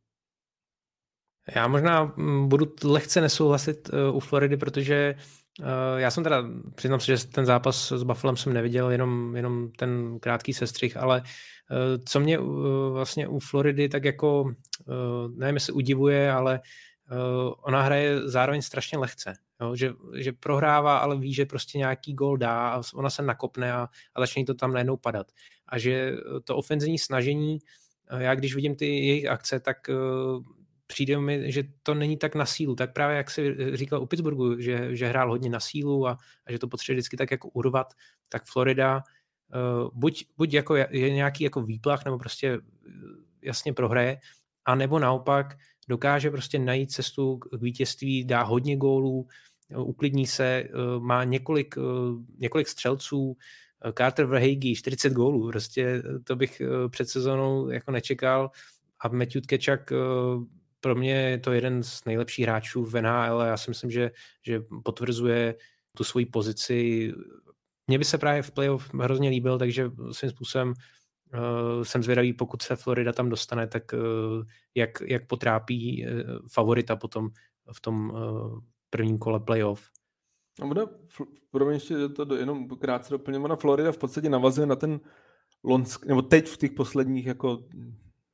Já možná budu lehce nesouhlasit u Floridy, protože já jsem teda, přiznám se, že ten zápas s Buffalem jsem neviděl, jenom, jenom ten krátký sestřih, ale co mě vlastně u Floridy tak jako, nevím, jestli udivuje, ale ona hraje zároveň strašně lehce. Jo, že, že prohrává, ale ví, že prostě nějaký gól dá a ona se nakopne a, a začne to tam najednou padat. A že to ofenzivní snažení, já když vidím ty jejich akce, tak uh, přijde mi, že to není tak na sílu. Tak právě jak si říkal u Pittsburghu, že, že hrál hodně na sílu a, a že to potřebuje vždycky tak jako urvat, tak Florida uh, buď, buď jako je, je nějaký jako výplach, nebo prostě jasně prohraje, a nebo naopak dokáže prostě najít cestu k vítězství, dá hodně gólů, uklidní se, má několik, několik střelců, Carter Verhaeghe, čtyřicet gólů, prostě to bych před sezónou jako nečekal, a Matthew Tkačak pro mě je to jeden z nejlepších hráčů v N H L, já si myslím, že, že potvrzuje tu svoji pozici. Mně by se právě v playoff hrozně líbil, takže svým způsobem Uh, jsem zvědavý, pokud se Florida tam dostane, tak uh, jak, jak potrápí uh, favorita potom v tom uh, prvním kole playoff. A ona, pro mě ještě to jenom krátce doplním, ona Florida v podstatě navazuje na ten lonsk, nebo teď v těch posledních jako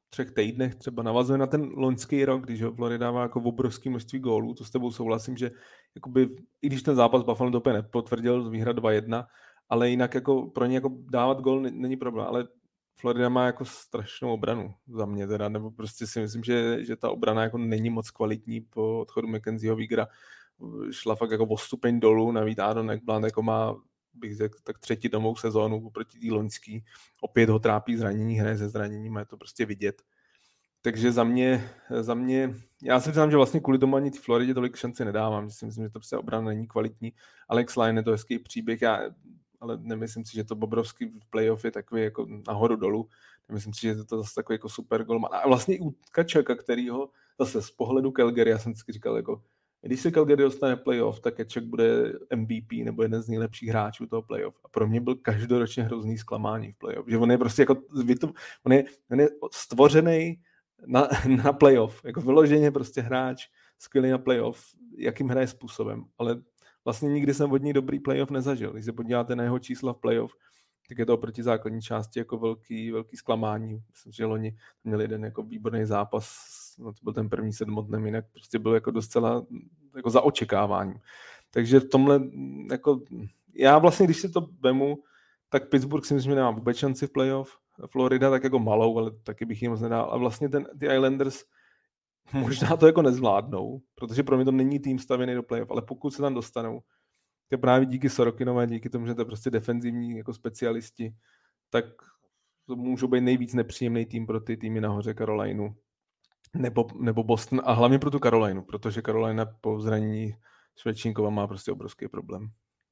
třech týdnech třeba navazuje na ten loňský rok, když ho Florida má jako obrovské množství gólů, to s tebou souhlasím, že jakoby, i když ten zápas Buffalo to úplně nepotvrdil, výhra dva jedna, ale jinak jako pro ně jako dávat gól není problém, ale Florida má jako strašnou obranu za mě teda, nebo prostě si myslím, že, že ta obrana jako není moc kvalitní po odchodu Mackenzieho Wiegera, šla fakt jako o stupeň dolů, navíc Aaron Ekblad jako má, bych řekl, tak třetí domovou sezónu oproti té loňský, opět ho trápí zranění, hraje se zraněním a je to prostě vidět. Takže za mě, za mě, já si myslím, že vlastně kvůli tomu ani ty Floridě tolik šanci nedávám, že si myslím, že to prostě obrana není kvalitní. Alex Line je to hezký příběh, já, ale nemyslím si, že to Bobrovský v playoff je takový jako nahoru dolů. Nemyslím si, že je to zase takový jako super golman. A vlastně i u Kačaka, kterýho zase z pohledu Calgary, já jsem vždycky říkal, jako, když se Calgary dostane playoff, tak Kačak bude M V P nebo jeden z nejlepších hráčů toho playoff. A pro mě byl každoročně hrozný zklamání v playoff. Že on je prostě jako, on je, on je stvořený na, na playoff. Jako vyloženě prostě hráč skvělý na playoff, jakým hraje způsobem. Ale vlastně nikdy jsem od něj dobrý playoff nezažil. Když se podíváte na jeho čísla v playoff, tak je to oproti základní části jako velký, velký zklamání. Myslím, že loni měli jeden jako výborný zápas, no to byl ten první sedmotnem, jinak prostě byl jako docela jako za očekáváním. Takže v tomhle, jako, já vlastně, když si to vemu, tak Pittsburgh si myslím, že nemá vůbec šanci v playoff. Florida tak jako malou, ale taky bych jim moc nedal. A vlastně ten, ty Islanders možná to jako nezvládnou, protože pro mě to není tým stavěný do playoff, ale pokud se tam dostanou, to právě díky Sorokinové, díky tomu, že to je prostě defenzivní jako specialisti, tak to můžou být nejvíc nepříjemný tým pro ty týmy nahoře, Carolinu nebo, nebo Boston, a hlavně pro tu Carolinu, protože Carolina po zranění Švečínkova má prostě obrovský problém.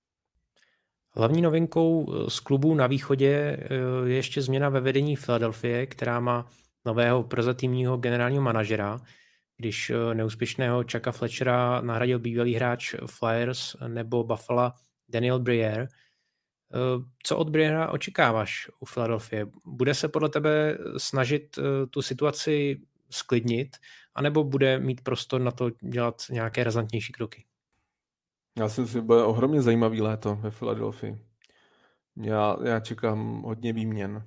Hlavní novinkou z klubů na východě je ještě změna ve vedení Philadelphie, která má nového prozatímního generálního manažera, když neúspěšného Chucka Fletchera nahradil bývalý hráč Flyers nebo Buffalo Daniel Briere. Co od Briera očekáváš u Philadelphie? Bude se podle tebe snažit tu situaci sklidnit, anebo bude mít prostor na to dělat nějaké razantnější kroky? Já si myslím, že bude ohromně zajímavý léto ve Philadelphii. Já, já čekám hodně výměn.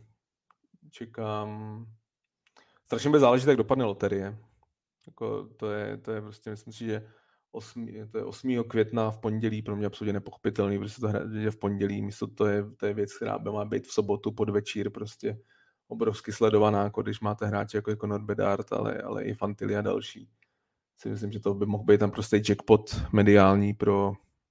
Čekám... Strašně bude záležet, jak dopadne loterie. Jako to, je, to je prostě, myslím si, že osmý, to je osmého května v pondělí, pro mě absolutně nepochopitelný, protože se to hraje v pondělí, místo to je, to je věc, která by má být v sobotu podvečír, prostě obrovsky sledovaná, jako když máte hráče jako, jako Norbert Bedard, ale, ale i Fantilli a další. Si myslím, že to by mohl být tam prostě jackpot mediální pro,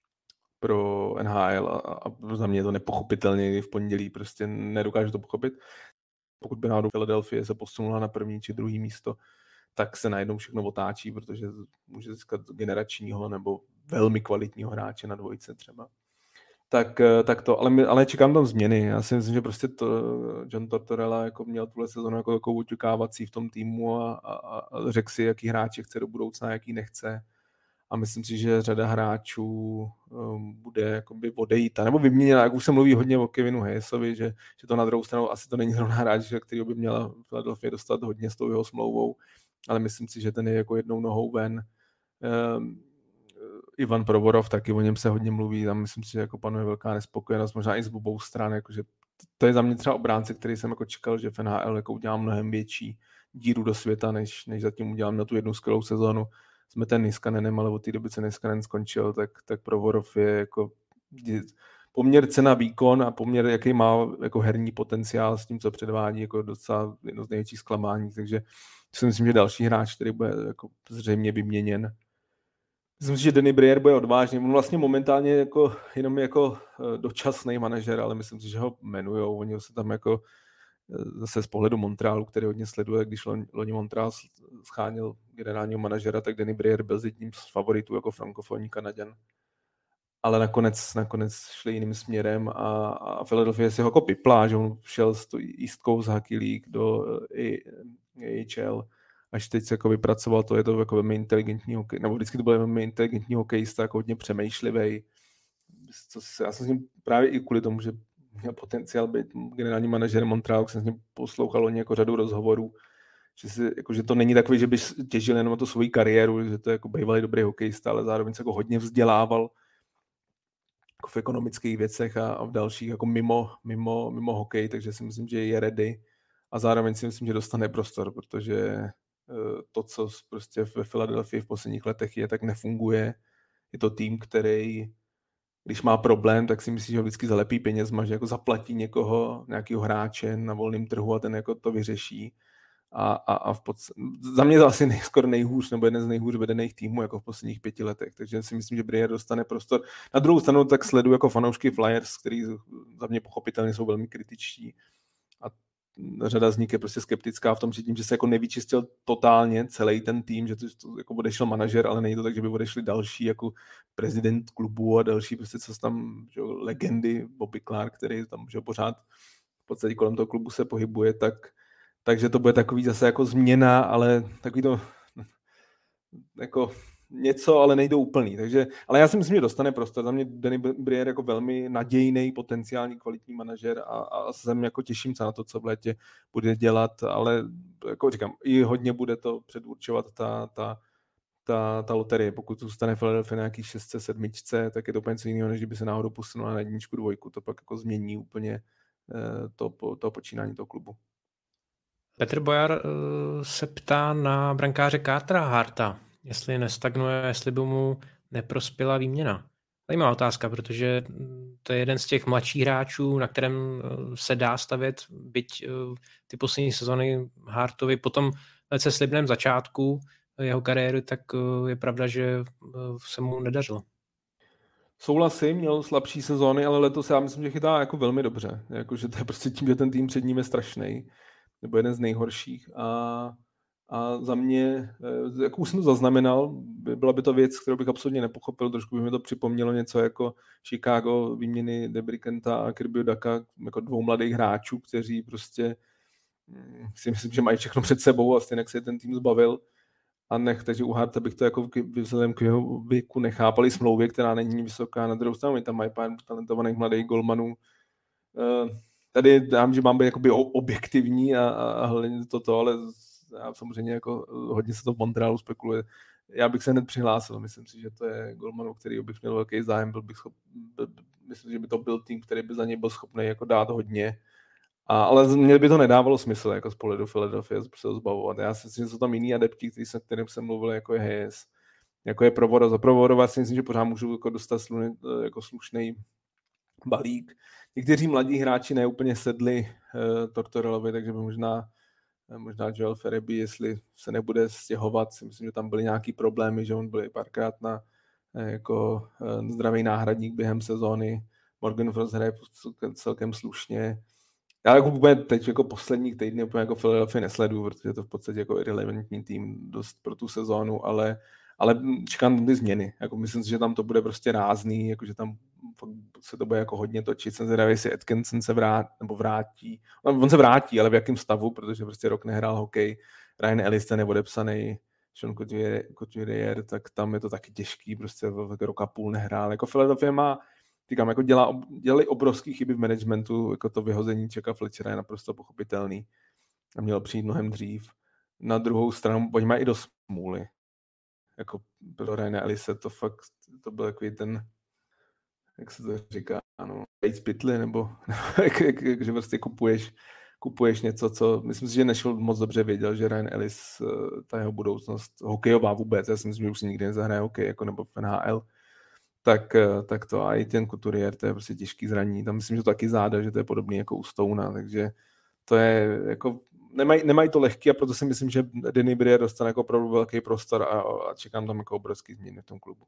pro N H L a, a za mě je to nepochopitelně v pondělí, prostě nedokážu to pochopit. Pokud by náhodou Philadelphia se posunula na první či druhý místo, tak se najednou všechno otáčí, protože může získat generačního nebo velmi kvalitního hráče na dvojce třeba. Tak, tak to, ale, my, ale čekám tam změny. Já si myslím, že prostě to John Tortorella jako měl tuhle sezonu jako takovou očekávací v tom týmu a, a, a řekl si, jaký hráče chce do budoucna, jaký nechce. A myslím si, že řada hráčů um, bude jakoby odejít. A nebo vyměněna, jak už se mluví hodně o Kevinu Hayesovi, že, že to na druhou stranu asi to není zrovna hráč, který by měla Philadelphia dostat hodně s tou jeho smlouvou. Ale myslím si, že ten je jako jednou nohou ven. Um, Ivan Provorov, taky o něm se hodně mluví, tam myslím si, že jako panuje velká nespokojenost, možná i z obou stran, jakože to je za mě třeba obránce, který jsem jako čekal, že v N H L jako udělá mnohem větší díru do světa, než, než zatím udělám na tu jednu skvělou sezonu. Jsme ten Niskanenem, ale od té doby, co Niskanen skončil, tak, tak Provorov je jako poměr cena výkon a poměr, jaký má jako herní potenciál s tím, co předvádí, jako docela jedno z největších zklamání, takže si myslím, že další hráč, který bude jako zřejmě vyměněn. Myslím si, že Danny Briere bude odvážný. On vlastně momentálně jako, jenom jako dočasný manažer, ale myslím si, že ho jmenujou. Oni se tam jako zase z pohledu Montrealu, který hodně sleduje, když loni Montreal schánil generálního manažera, tak Danny Briere byl jedním z favoritů jako frankofonní Kanaďan. Ale nakonec, nakonec šli jiným směrem a, a Philadelphia si ho jako pipla, že on šel z East Coast Hockey League do A H L. Až teď se jako vypracoval, to je to jako velmi inteligentní hokej, nebo vždycky to byl velmi inteligentní hokejista, jako hodně přemýšlivý. Já jsem s ním právě i kvůli tomu, že měl potenciál být generální manažer Montrealu, jsem s ním poslouchal o jako řadu rozhovorů, že, si, jako, že to není takový, že by těžil jenom na tu svoji kariéru, že to je jako bývalý dobrý hokejista, ale zároveň se jako hodně vzdělával jako v ekonomických věcech a, a v dalších jako mimo, mimo, mimo hokej, takže si myslím, že je ready. a zároveň si myslím, že dostane prostor, protože to, co prostě ve Philadelphii v posledních letech je, tak nefunguje. Je to tým, který, když má problém, tak si myslí, že ho vždycky zalepí penězma, že jako zaplatí někoho, nějakého hráče na volném trhu a ten jako to vyřeší. A, a, a v podst... za mě to asi nej, skoro nejhůř, nebo jeden z nejhůř vedených týmů jako v posledních pěti letech. Takže si myslím, že Briere dostane prostor. Na druhou stranu tak sleduju jako fanoušky Flyers, který za mě pochopitelně jsou velmi kritičtí. A řada z nich je prostě skeptická v tom, že tím, že se jako nevyčistil totálně celý ten tým, že to, to jako odešel manažer, ale není to tak, že by odešli další jako prezident klubu a další prostě, co tam, že legendy, Bobby Clark, který tam že pořád v podstatě kolem toho klubu se pohybuje, tak takže to bude takový zase jako změna, ale takový to jako něco, ale nejde úplný. Takže, ale já si myslím, že dostane prostor. Za mě Danny Briere jako velmi nadějný, potenciální, kvalitní manažer a, a jsem jako těším se na to, co v létě bude dělat, ale jako říkám, i hodně bude to předurčovat ta, ta, ta, ta loterie. Pokud zůstane Philadelphia na nějaký šestce, sedmičce, tak je to úplně něco jiného, než kdyby se náhodou posunula na jedničku, dvojku. To pak jako změní úplně to, to počínání toho klubu. Petr Bojar se ptá na brankáře Cartera Harta, jestli nestagnuje, jestli by mu neprospěla výměna. Zajímavá otázka, protože to je jeden z těch mladších hráčů, na kterém se dá stavět, byť ty poslední sezony Hartovi po tom velice slibném začátku jeho kariéry, tak je pravda, že se mu nedařilo. Souhlasím, měl slabší sezóny, ale letos já myslím, že chytá jako velmi dobře. Jako, že to je prostě tím, že ten tým před ním je strašný, nebo jeden z nejhorších. A, a za mě, jak už jsem to zaznamenal, byla by to věc, kterou bych absolutně nepochopil, trošku by mi to připomnělo něco jako Chicago, výměny DeBrickenta a Kirbyho Ducka, jako dvou mladých hráčů, kteří prostě si myslím, že mají všechno před sebou a stejně jak se ten tým zbavil. A nech, takže u Harta bych to jako vzhledem k jeho věku nechápali smlouvě, která není vysoká. Na druhou stranu tam mají pár talentovaných mladých golmanů. Tady dám, že mám být jakoby objektivní a, a, a hlavně toto, ale já samozřejmě jako hodně se to v Montrealu spekuluje. Já bych se hned přihlásil, myslím si, že to je golman, o který bych měl velký zájem, byl bych schop, byl, myslím, že by to byl tým, který by za něj byl schopný jako dát hodně. A, ale mě by to nedávalo smysl jako z pohledu Philadelphia se zbavovat. Já si myslím, že jsou tam jiný adepti, který se, kterým jsem mluvil, jako je Hayes, jako je Provorov. Za Provorova si myslím, že pořád můžu jako dostat sluny, jako slušný balík. Někteří mladí hráči neúplně sedli uh, Tortorelovi, takže by možná, možná Joel Ferreby, jestli se nebude stěhovat, si myslím, že tam byly nějaký problémy, že on byl párkrát na uh, jako uh, zdravý náhradník během sezóny. Morgan Frost hraje celkem slušně. Já jako úplně teď jako poslední týdny úplně jako Philadelphia nesleduju, protože je to v podstatě jako irrelevantní tým dost pro tu sezónu, ale, ale čekám ty změny. Jako myslím si, že tam to bude prostě rázný, jako že tam se to bude jako hodně točit. Jsem zvědavý, jestli Atkinson se vrátí, nebo vrátí. On, on se vrátí, ale v jakém stavu, protože prostě rok nehrál hokej. Ryan Ellis ten je odepsaný, Sean Couturier, tak tam je to taky těžký, prostě rok a půl nehrál. Jako Philadelphia má Říkám, jako dělá, dělali obrovský chyby v managementu, jako to vyhození Čeka Fletchera je naprosto pochopitelný a mělo přijít mnohem dřív. Na druhou stranu, oni mají i do smůly. Jako pro Ryana Ellise to fakt, to byl takový ten, jak se to říká, ano, Bates Pitly, nebo jak, jak, jak, že prostě kupuješ, kupuješ něco, co, myslím si, že Nashville moc dobře věděl, že Ryan Ellis, ta jeho budoucnost, hokejová vůbec, já si myslím, že už si nikdy nezahraje hokej, jako nebo v N H L, tak, tak to a i ten Couturier, to je prostě těžký zranění. Tam myslím, že to taky záda, že to je podobný jako u Stouna, takže to je jako, nemají, nemají to lehký a proto si myslím, že Danny Briere dostane jako opravdu velký prostor a, a čekám tam jako obrovský změny v tom klubu.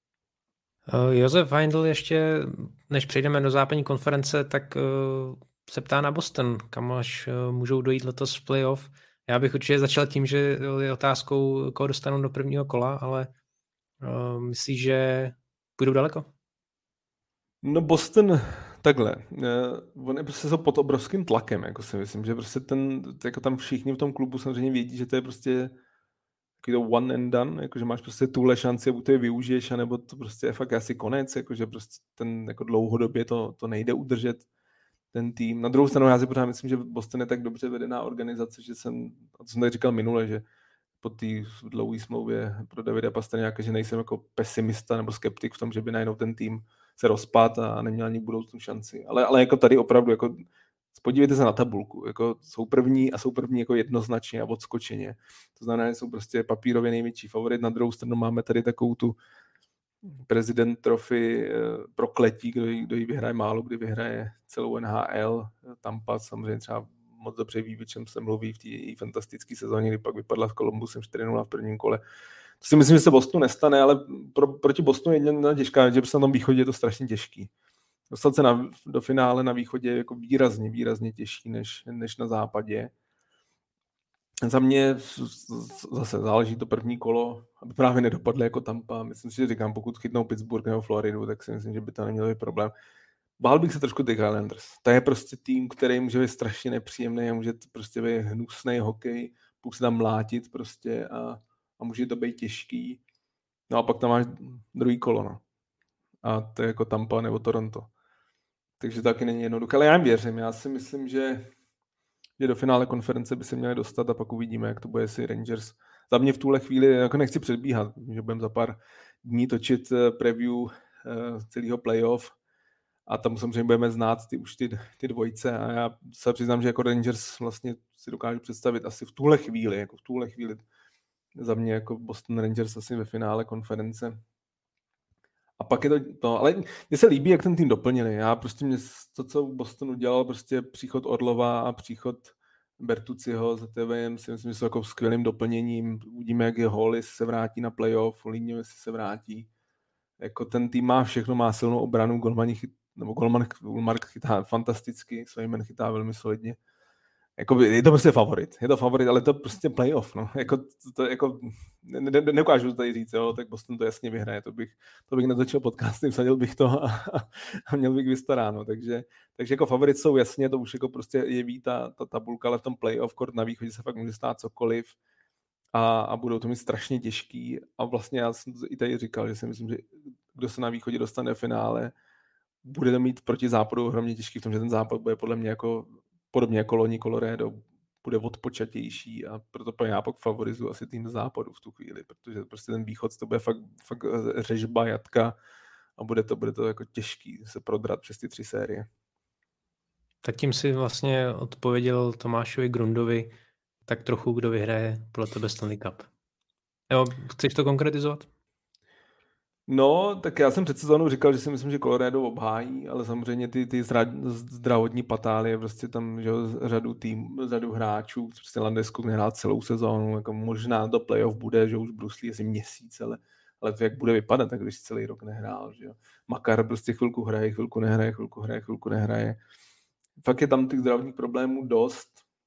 Uh, Josef Heindl ještě, než přejdeme do západní konference, tak uh, se ptá na Boston, kam až uh, můžou dojít letos v playoff. Já bych určitě začal tím, že je otázkou, koho dostanou do prvního kola, ale uh, myslíš, že půjdou daleko? No Boston, takhle, on je prostě pod obrovským tlakem, jako si myslím, že prostě ten, jako tam všichni v tom klubu samozřejmě vědí, že to je prostě takový to one and done, jakože máš prostě tuhle šanci a buď to je využiješ, anebo to prostě je fakt asi konec, jakože prostě ten jako dlouhodobě to, to nejde udržet ten tým. Na druhou stranu já si pořád myslím, že Boston je tak dobře vedená organizace, že jsem, to jsem tak říkal minule, že po té dlouhé smlouvě pro Davida Pastrňáka, že nejsem jako pesimista nebo skeptik v tom, že by najednou ten tým se rozpad a neměl ani budoucnu šanci. Ale, ale jako tady opravdu jako Podívejte se na tabulku, jako jsou první a jsou první jako jednoznačně a odskočeně. To znamená, že jsou prostě papírově největší favorit. Na druhou stranu máme tady takovou tu prezident trofy prokletí, kdo ji, kdo ji vyhraje málo, kdy vyhraje celou N H L. Tampa samozřejmě třeba moc dobře ví, o čem se mluví v té její fantastické sezóně, kdy pak vypadla s Columbusem čtyři nula v prvním kole. To si myslím, že se Bostonu nestane, ale pro, proti Bostonu je jedna těžká, že na tom východě je to strašně těžký. Dostat se na, do finále na východě je jako výrazně, výrazně těžší než, než na západě. Za mě zase záleží to první kolo, aby právě nedopadly jako Tampa. Myslím si, že říkám, pokud chytnou Pittsburgh nebo Floridu, tak si myslím, že by to nemělo být problém. Bál bych se trošku těch Islanders. To je prostě tým, který může být strašně nepříjemný a může to prostě být hnusný hokej, pokud se tam mlátit prostě a, a může to být těžký. No a pak tam máš druhý kolo, no. A to je jako Tampa nebo Toronto. Takže to taky není jednoduché, ale já jim věřím. Já si myslím, že, že do finále konference by se měli dostat a pak uvidíme, jak to bude, jestli Rangers. Za mě v tuhle chvíli, jako nechci předbíhat, že budeme za pár dní točit preview uh, celého playoff a tam samozřejmě budeme znát ty, už ty, ty dvojce a já se přiznám, že jako Rangers vlastně si dokážu představit asi v tuhle chvíli, jako v tuhle chvíli za mě jako Boston Rangers asi ve finále konference. A pak je to, to, ale mně se líbí, jak ten tým doplnili. Já prostě mě to, co Boston udělal, prostě příchod Orlova a příchod Bertucciho za T V M, si myslím, že jsou jako skvělým doplněním. Uvidíme, jak je Hollis se vrátí na playoff, Líňo, jestli se vrátí. Jako ten tým má všechno, má silnou obranu, golmani chyt, nebo golman Ulmark chytá fantasticky, Svejmen chytá velmi solidně. Jako, je to prostě favorit, je to favorit, ale to prostě playoff, no. Jako, to, to, jako, ne, ne, neukážu to tady říct, jo, tak Boston to jasně vyhraje, to bych, to bych natočil podcastem, vsadil bych to a, a měl bych vystaráno, takže, takže jako favorit jsou jasně, to už jako prostě jeví ta, ta tabulka, ale v tom playoff kort na východě se fakt může stát cokoliv a, a budou to mít strašně těžký a vlastně já jsem i tady říkal, že si myslím, že kdo se na východě dostane do finále, bude to mít proti západu hromně těžký v tom, že ten západ bude podle mě jako podobně jako loni Colorado, bude odpočatější a proto já pak favorizuji asi tým západu v tu chvíli, protože prostě ten východ to bude fakt, fakt řežba, jatka a bude to, bude to jako těžký se prodrat přes ty tři série. Tak tím si vlastně odpověděl Tomášovi Grundovi tak trochu, kdo vyhraje podle tebe Stanley Cup. Jo, chceš to konkretizovat? No, tak já jsem před sezónou říkal, že si myslím, že Colorado obhájí, ale samozřejmě ty, ty zdravotní patálie, prostě tam že řadu tým, řadu hráčů, prostě Landeskog nehrál celou sezónu, jako možná do playoff bude, že už bruslí asi měsíc, ale, ale to jak bude vypadat, tak když celý rok nehrál, že jo. Makar prostě chvilku hraje, chvilku nehraje, chvilku hraje, chvilku nehraje. Fakt je tam těch zdravotních problémů dost.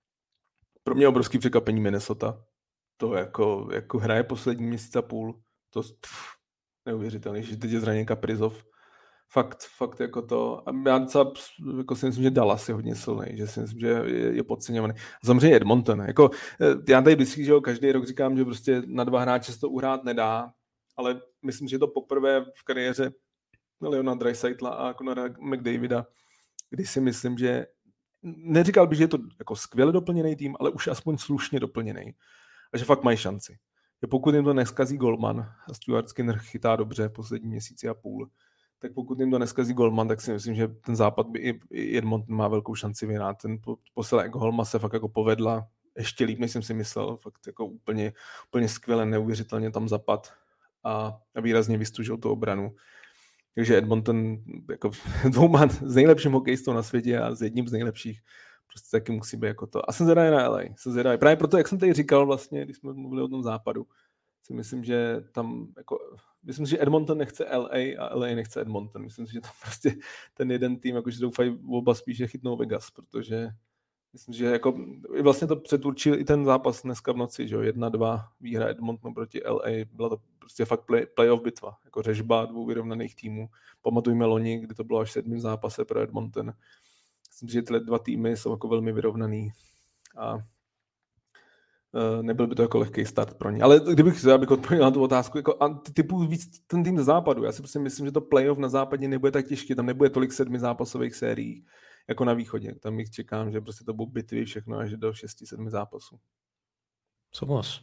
Pro mě obrovský překvapení Minnesota. To jako, jako hraje poslední měsíc a půl, to pff, neuvěřitelný, že teď je zraněn Kaprizov. Fakt, fakt jako to. A já docela jako si myslím, že Dallas je hodně silný, že si myslím, že je, je podceňovaný. A samozřejmě Edmonton. Jako, já tady vždycky, že jo, každý rok říkám, že prostě na dva hráče se to uhrát nedá, ale myslím, že je to poprvé v kariéře Leona Draisaitl'a a Connora McDavida, kdy si myslím, že neříkal bych, že je to jako skvěle doplněný tým, ale už aspoň slušně doplněný. A že fakt mají šanci. Že pokud jim to neskazí golman, a Stuart Skinner chytá dobře poslední měsíci a půl, tak pokud jim to neskazí golman, tak si myslím, že ten západ by i, i Edmonton má velkou šanci vyhrát. Ten posledek Holma se fakt jako povedla ještě líp, než jsem si myslel. Fakt jako úplně, úplně skvěle, neuvěřitelně tam zapad a, a výrazně vystužil tu obranu. Takže Edmonton jako dvouma z nejlepším hokejistou na světě a s jedním z nejlepších prostě taky musí být jako to. A jsem zvědavý na L A. Jsem zvědavý. Právě proto, jak jsem tady říkal vlastně, když jsme mluvili o tom západu, si myslím, že tam jako, myslím, že Edmonton nechce L A a L A nechce Edmonton. Myslím si, že tam prostě ten jeden tým, jakože doufají oba spíše chytnou Vegas, protože myslím, že jako vlastně to předurčil i ten zápas dneska v noci, že jo, jedna dva výhra Edmontonu proti L A, byla to prostě fakt play, playoff bitva, jako řežba dvou vyrovnaných týmů. Pamatujme loni, kdy to bylo až v sedmém zápase pro Edmonton. Myslím, že tyhle dva týmy jsou jako velmi vyrovnaný a nebyl by to jako lehký start pro ně. Ale kdybych, já bych odpověděl na tu otázku, jako typu víc ten tým z západu, já si prostě myslím, že to playoff na západě nebude tak těžké, tam nebude tolik sedmi zápasových sérií jako na východě. Tam jich čekám, že prostě to budou bitvy všechno až do šesti sedmi zápasů. Souhlas.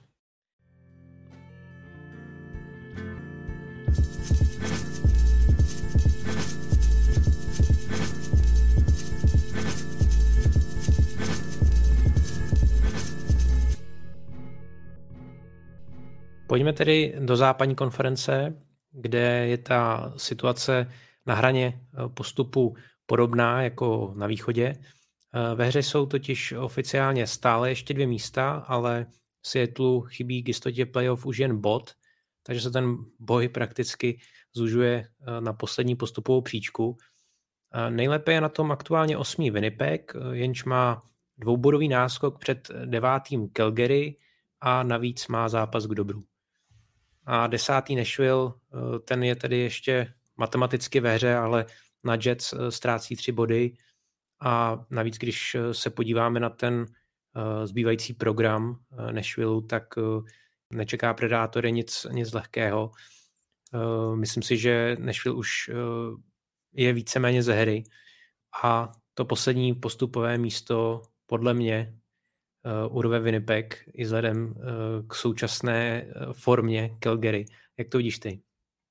Pojďme tedy do západní konference, kde je ta situace na hraně postupu podobná jako na východě. Ve hře jsou totiž oficiálně stále ještě dvě místa, ale Seattleu chybí k jistotě playoff už jen bod, takže se ten boj prakticky zužuje na poslední postupovou příčku. Nejlépe je na tom aktuálně osmý Winnipeg, jenž má dvoubodový náskok před devátým Calgary a navíc má zápas k dobru. A desátý Nashville, ten je tedy ještě matematicky ve hře, ale na Jets ztrácí tři body a navíc, když se podíváme na ten zbývající program Nashvilleu, tak nečeká Predátory nic, nic lehkého. Myslím si, že Nashville už je víceméně ze hry a to poslední postupové místo podle mě urve Winnipeg i vzhledem k současné formě Calgary. Jak to vidíš ty?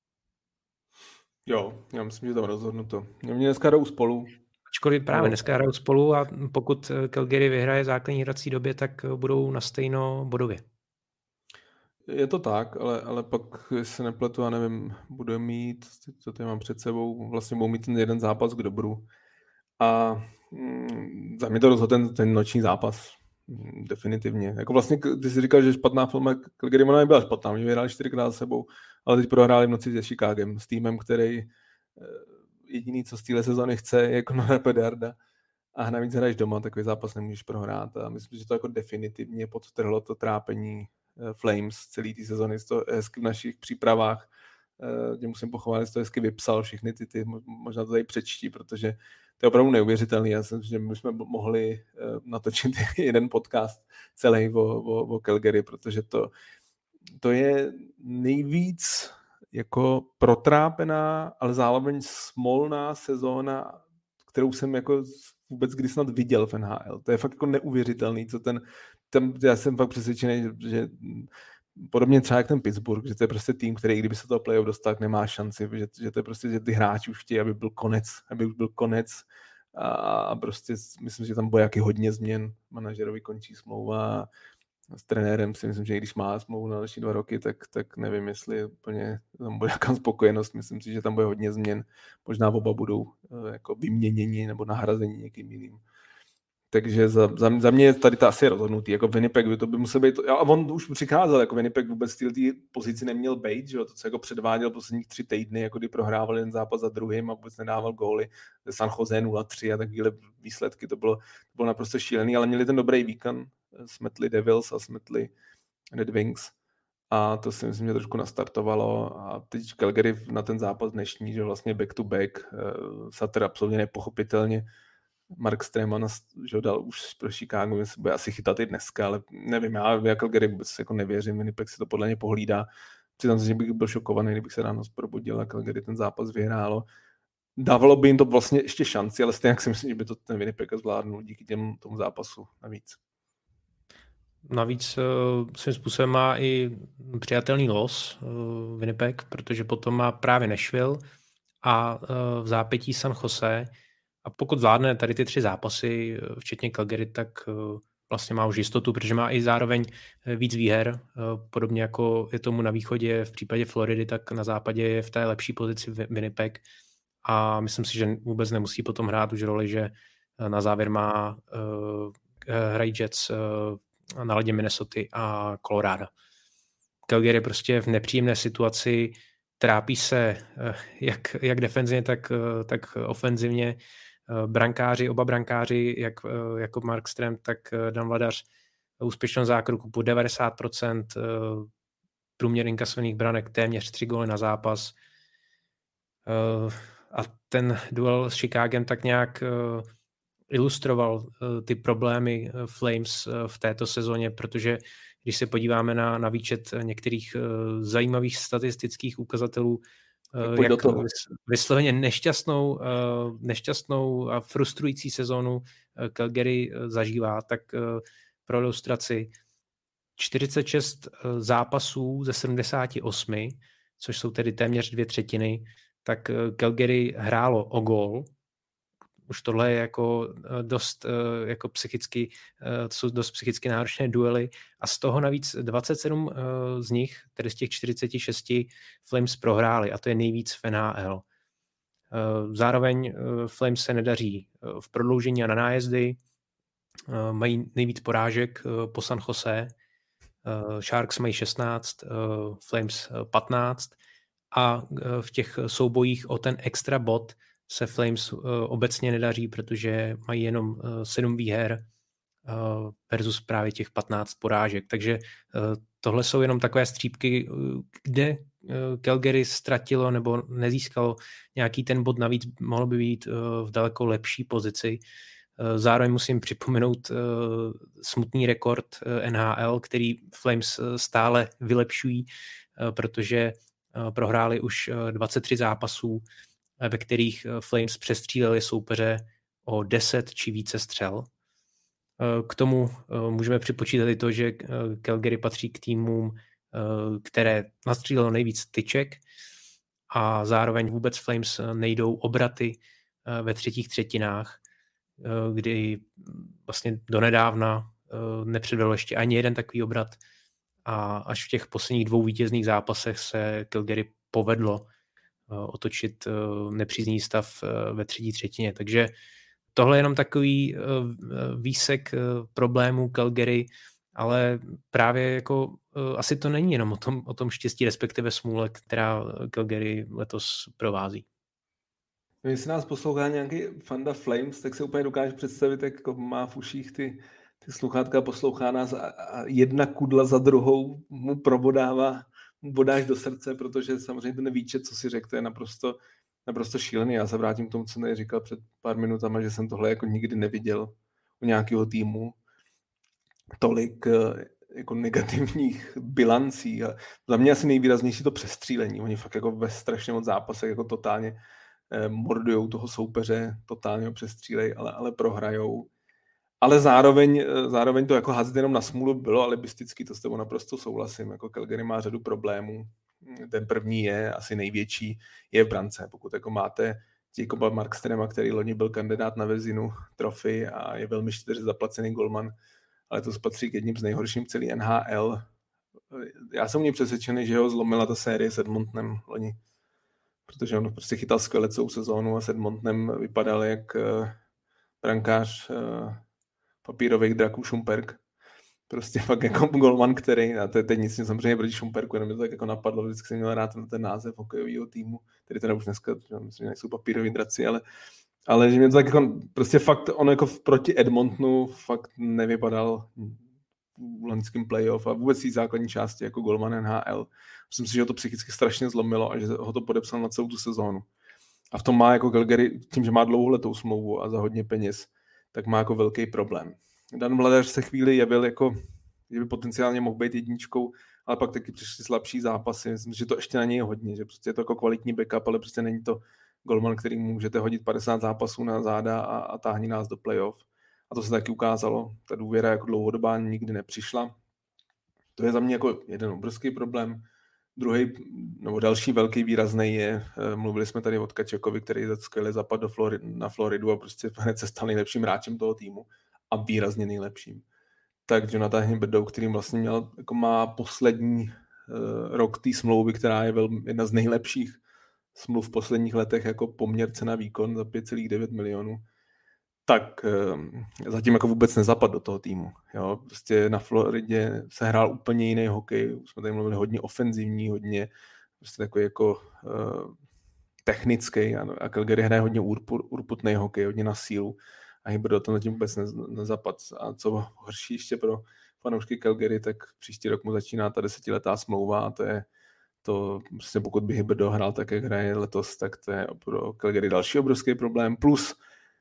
Jo, já myslím, že tam rozhodnuto. Mě dneska jdou spolu. Ačkoliv právě no. dneska hrajou spolu a pokud Calgary vyhraje základní hrací době, tak budou na stejno bodově. Je to tak, ale, ale pak, jestli se nepletu, já nevím, bude mít, co tady mám před sebou, vlastně budou mít ten jeden zápas k dobru. A mm, za mě to rozhodl ten, ten noční zápas. Definitivně. Jako vlastně, ty jsi říkal, že špatná forma, Calgary ona nebyla špatná, oni vyhráli čtyřikrát za sebou, ale teď prohráli v noci se Chicagem, s týmem, který jediný, co z téhle sezóny chce, je Connora Bedarda a navíc hraješ doma, takový zápas nemůžeš prohrát a myslím, že to jako definitivně podtrhlo to trápení Flames celý té sezóny, to hezky v našich přípravách, tě musím pochválit, to hezky vypsal všechny ty, ty možná to tady přečtí, protože to je opravdu neuvěřitelný. Já jsem, že my jsme mohli natočit jeden podcast celý o, o, o Calgary, protože to, to je nejvíc jako protrápená, ale zároveň smolná sezóna, kterou jsem jako vůbec kdy snad viděl v N H L. To je fakt jako neuvěřitelný, co ten, ten já jsem fakt přesvědčený, že podobně třeba jak ten Pittsburgh, že to je prostě tým, který kdyby se toho playoff dostal, tak nemá šanci, že, že to je prostě, že ty hráči už chtějí, aby byl konec, aby už byl konec a, a prostě myslím, že tam bude jaký hodně změn, manažerovi končí smlouva s trenérem si myslím, že i když má smlouvu na další dva roky, tak, tak nevím, jestli úplně tam bude jaká spokojenost, myslím si, že tam bude hodně změn, možná oba budou jako vyměněni nebo nahrazení někým jiným. Takže za, za, za mě je tady to asi rozhodnutý. Jako Winnipeg, to by musel být... A on už přicházel, jako Winnipeg vůbec v této pozici neměl být, že jo? To, co jako předváděl posledních tři týdny, jako kdy prohrával jeden zápas za druhým a vůbec nedával góly. San Jose nula tři a takovéhle výsledky, to bylo, to bylo naprosto šílený, ale měli ten dobrý víkend. Smetli Devils a smetli Red Wings. A to si myslím, že trošku nastartovalo. A teď Calgary na ten zápas dnešní, že vlastně back to back, uh, Sutter absolutně nepochopitelně. Mark Stroman, že ho dal už pro Chicago, myslím, bude asi chytat i dneska, ale nevím, já v Calgary vůbec jako nevěřím, Winnipeg si to podle mě pohlídá. Přiznám se, že bych byl šokovaný, kdybych se ráno probudil a Calgary ten zápas vyhrálo. Dávalo by jim to vlastně ještě šanci, ale stejně si myslím, že by to ten Winnipeg zvládnul díky těm, tomu zápasu navíc. Navíc uh, svým způsobem má i přijatelný los uh, Winnipeg, protože potom má právě Nashville a uh, v zápětí San Jose. A pokud zvládne tady ty tři zápasy, včetně Calgary, tak uh, vlastně má už jistotu, protože má i zároveň víc výher. Uh, podobně jako je tomu na východě v případě Floridy, tak na západě je v té lepší pozici Winnipeg. A myslím si, že vůbec nemusí potom hrát už roli, že na závěr má uh, hrají Jets uh, na ledě Minnesota a Colorado. Calgary je prostě v nepříjemné situaci, trápí se uh, jak, jak defenzivně, tak, uh, tak ofenzivně. Uh, brankáři, oba brankáři, jak, uh, jako Mark Strem, tak uh, Dan Vladař, úspěšnou zákroku po devadesát procent, uh, průměr inkasovaných branek, téměř tři góly na zápas. Uh, a ten duel s Chicagem tak nějak uh, ilustroval uh, ty problémy uh, Flames uh, v této sezóně, protože když se podíváme na, na výčet některých uh, zajímavých statistických ukazatelů, uh, jak vysloveně nešťastnou, uh, nešťastnou a frustrující sezónu uh, Calgary uh, zažívá, tak uh, pro ilustraci čtyřicet šest uh, zápasů ze sedmdesát osm, což jsou tedy téměř dvě třetiny, tak Calgary hrálo o gól, už tohle je jako dost jako psychicky, to jsou dost psychicky náročné duely a z toho navíc dvacet sedm z nich, tedy z těch čtyřicet šest Flames prohráli a to je nejvíc v N H L. Zároveň Flames se nedaří v prodloužení a na nájezdy, mají nejvíc porážek po San Jose, Sharks mají šestnáct, Flames patnáct a v těch soubojích o ten extra bod se Flames obecně nedaří, protože mají jenom sedm výher versus právě těch patnáct porážek. Takže tohle jsou jenom takové střípky, kde Calgary ztratilo nebo nezískalo nějaký ten bod navíc, mohlo by být v daleko lepší pozici. Zároveň musím připomenout smutný rekord N H L, který Flames stále vylepšují, protože prohráli už dvacet tři zápasů, ve kterých Flames přestříleli soupeře o deset či více střel. K tomu můžeme připočítat i to, že Calgary patří k týmům, které nastřílelo nejvíc tyček a zároveň vůbec Flames nejdou obraty ve třetích třetinách, kdy vlastně donedávna nepředvedl ještě ani jeden takový obrat a až v těch posledních dvou vítězných zápasech se Calgary povedlo otočit nepříznivý stav ve třetí třetině. Takže tohle je jenom takový výsek problémů Calgary, ale právě jako asi to není jenom o tom, o tom štěstí, respektive smůle, která Calgary letos provází. Jestli nás poslouchá nějaký fanda Flames, tak se úplně dokáže představit, jak jako má v uších ty, ty sluchátka, poslouchá nás a, a jedna kudla za druhou mu probodává, mu bodáš do srdce, protože samozřejmě ten výčet, co si řekl, to je naprosto, naprosto šílený. Já se vrátím k tomu, co jsem říkal před pár minutama, že jsem tohle jako nikdy neviděl u nějakého týmu. Tolik jako negativních bilancí. A za mě asi nejvýraznější to přestřílení. Oni fakt jako ve strašně moc zápasech jako totálně mordujou toho soupeře, totálně ho přestřílej, ale, ale prohrajou. Ale zároveň, zároveň to jako házet jenom na smůlu bylo alibisticky, to s tebou naprosto souhlasím. Jako Calgary má řadu problémů. Ten první je asi největší, je v brance. Pokud jako máte Jacoba Markstrema, který loni byl kandidát na Vezinu trofy a je velmi čtyři zaplacený golman, ale to patří k jedním z nejhorším celý N H L. Já jsem u něj přesvědčený, že ho zlomila ta série s Edmontonem loni, protože on prostě chytal skvěle celou sezónu a s Edmontonem vypadal jak uh, brankář uh, papírových draků Šumperk. Prostě fakt jako golman, který, a to je teď nic samozřejmě proti Šumperku, jenom mě to tak jako napadlo, vždycky jsem měl rád ten název hokejového týmu, který teda už dneska, myslím, že nejsou papíroví draci, ale, ale že mě to tak jako, prostě fakt, on jako proti Edmontonu fakt nevypadal v loňském playoff a vůbec té základní části jako golman N H L. Myslím si, že ho to psychicky strašně zlomilo a že ho to podepsal na celou tu sezónu. A v tom má jako Calgary, tím, že má dlouholetou smlouvu a za hodně peněz, tak má jako velký problém. Dan Vladař se chvíli jevil jako, že by potenciálně mohl být jedničkou, ale pak taky přišly slabší zápasy. Myslím, že to ještě na něj je hodně, že prostě je to jako kvalitní backup, ale prostě není to golman, který můžete hodit padesát zápasů na záda a, a táhní nás do playoff. A to se taky ukázalo. Ta důvěra jako dlouhodobá nikdy nepřišla. To je za mě jako jeden obrovský problém. Druhý, nebo další velký výrazný je, mluvili jsme tady o Tkačekovi, který skvěle zapadl do Florid, na Floridu a prostě hned se stal nejlepším hráčem toho týmu a výrazně nejlepším. Tak Jonathan Huberdeau, který vlastně měl, jako má poslední uh, rok té smlouvy, která je velmi, jedna z nejlepších smluv v posledních letech jako poměr cena výkon za pět celá devět milionů, tak uh, zatím jako vůbec nezapadl do toho týmu. Jo? Prostě na Floridě se hrál úplně jiný hokej, už jsme tady mluvili hodně ofenzivní, hodně prostě takový jako uh, technický a, a Calgary hraje hodně urput, urputný hokej, hodně na sílu. A Huberdeau to na tím vůbec nezapad. A co horší ještě pro fanoušky Calgary, tak příští rok mu začíná ta desetiletá smlouva a to je to, prostě pokud by Huberdeau hrál tak, jak hraje letos, tak to je pro Calgary další obrovský problém. Plus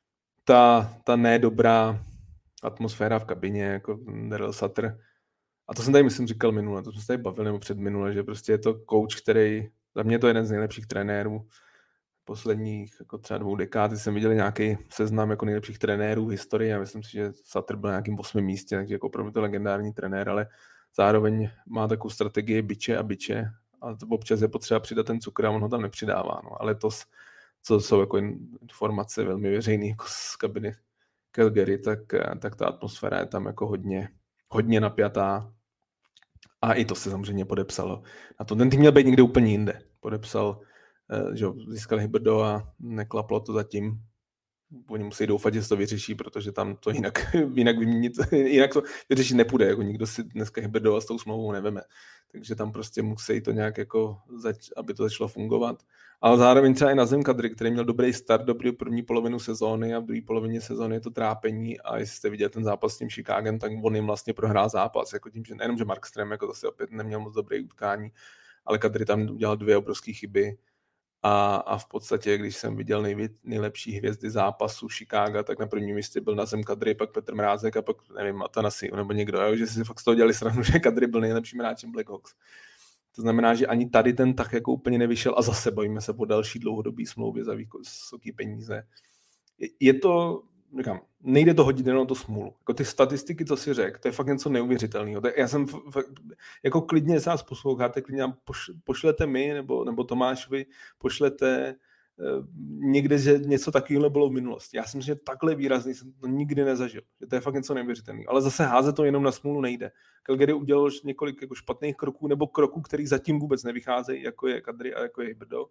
ta, ta nedobrá atmosféra v kabině, jako Daryl Sutter. A to jsem tady, myslím, říkal minule, to jsme se tady bavili nebo před minule, že prostě je to coach, který, za mě to je jeden z nejlepších trenérů posledních jako třeba dvou dekád. Jsem viděl nějaký seznam jako nejlepších trenérů v historii a myslím si, že Sutter byl na nějakým osmém místě, takže jako opravdu to legendární trenér, ale zároveň má takovou strategii biče a biče a občas je potřeba přidat ten cukr a on ho tam nepřidává. No. Ale to, co jsou jako informace velmi veřejné jako z kabiny Calgary, tak, tak ta atmosféra je tam jako hodně, hodně napjatá. A i to se samozřejmě podepsalo. A to ten tým měl být někde úplně jinde. Podepsal, že získal Huberdeau a neklaplo to zatím. Oni musí doufat, že se to vyřeší, protože tam to jinak, jinak vyměnit, jinak to vyřešit nepůjde, jako nikdo si dneska Huberdeau s tou smlouvou neveme. Takže tam prostě musí to nějak jako, zač, aby to začalo fungovat. Ale zároveň třeba i Nazem Kadri, který měl dobrý start, dobrý první polovinu sezóny a v druhé polovině sezóny je to trápení a jestli jste viděli ten zápas s tím Chicagem, tak on jim vlastně prohrál zápas. Jako tím, že nejenom, že Markström jako zase opět neměl moc dobré utkání, ale Kadri tam udělal dvě obrovské chyby. A, a v podstatě, když jsem viděl nejvě, nejlepší hvězdy zápasu Chicaga, tak na prvním místě byl Nazem Kadri, pak Petr Mrázek a pak, nevím, Atanasi nebo někdo, jo, že si fakt z toho dělali srandu, že Kadri byl nejlepším hráčem Blackhawks. To znamená, že ani tady ten tak jako úplně nevyšel a zase bojíme se po další dlouhodobý smlouvě za vysoké peníze. Je, je to, říkám, nejde to hodit jenom to smůlu. Jako ty statistiky, co si řekl, to je fakt něco neuvěřitelného. Já jsem fakt, jako klidně se nás posloucháte, klidně nám poš, pošlete mi, nebo, nebo Tomáš, vy pošlete eh, někde, že něco takového bylo v minulosti. Já si myslím, že takhle výrazný jsem to nikdy nezažil. Že to je fakt něco neuvěřitelného. Ale zase házet to jenom na smůlu nejde. Calgary udělal několik jako špatných kroků, nebo kroků, který zatím vůbec nevycházejí, jako je Kadri a jako je Huberdeau.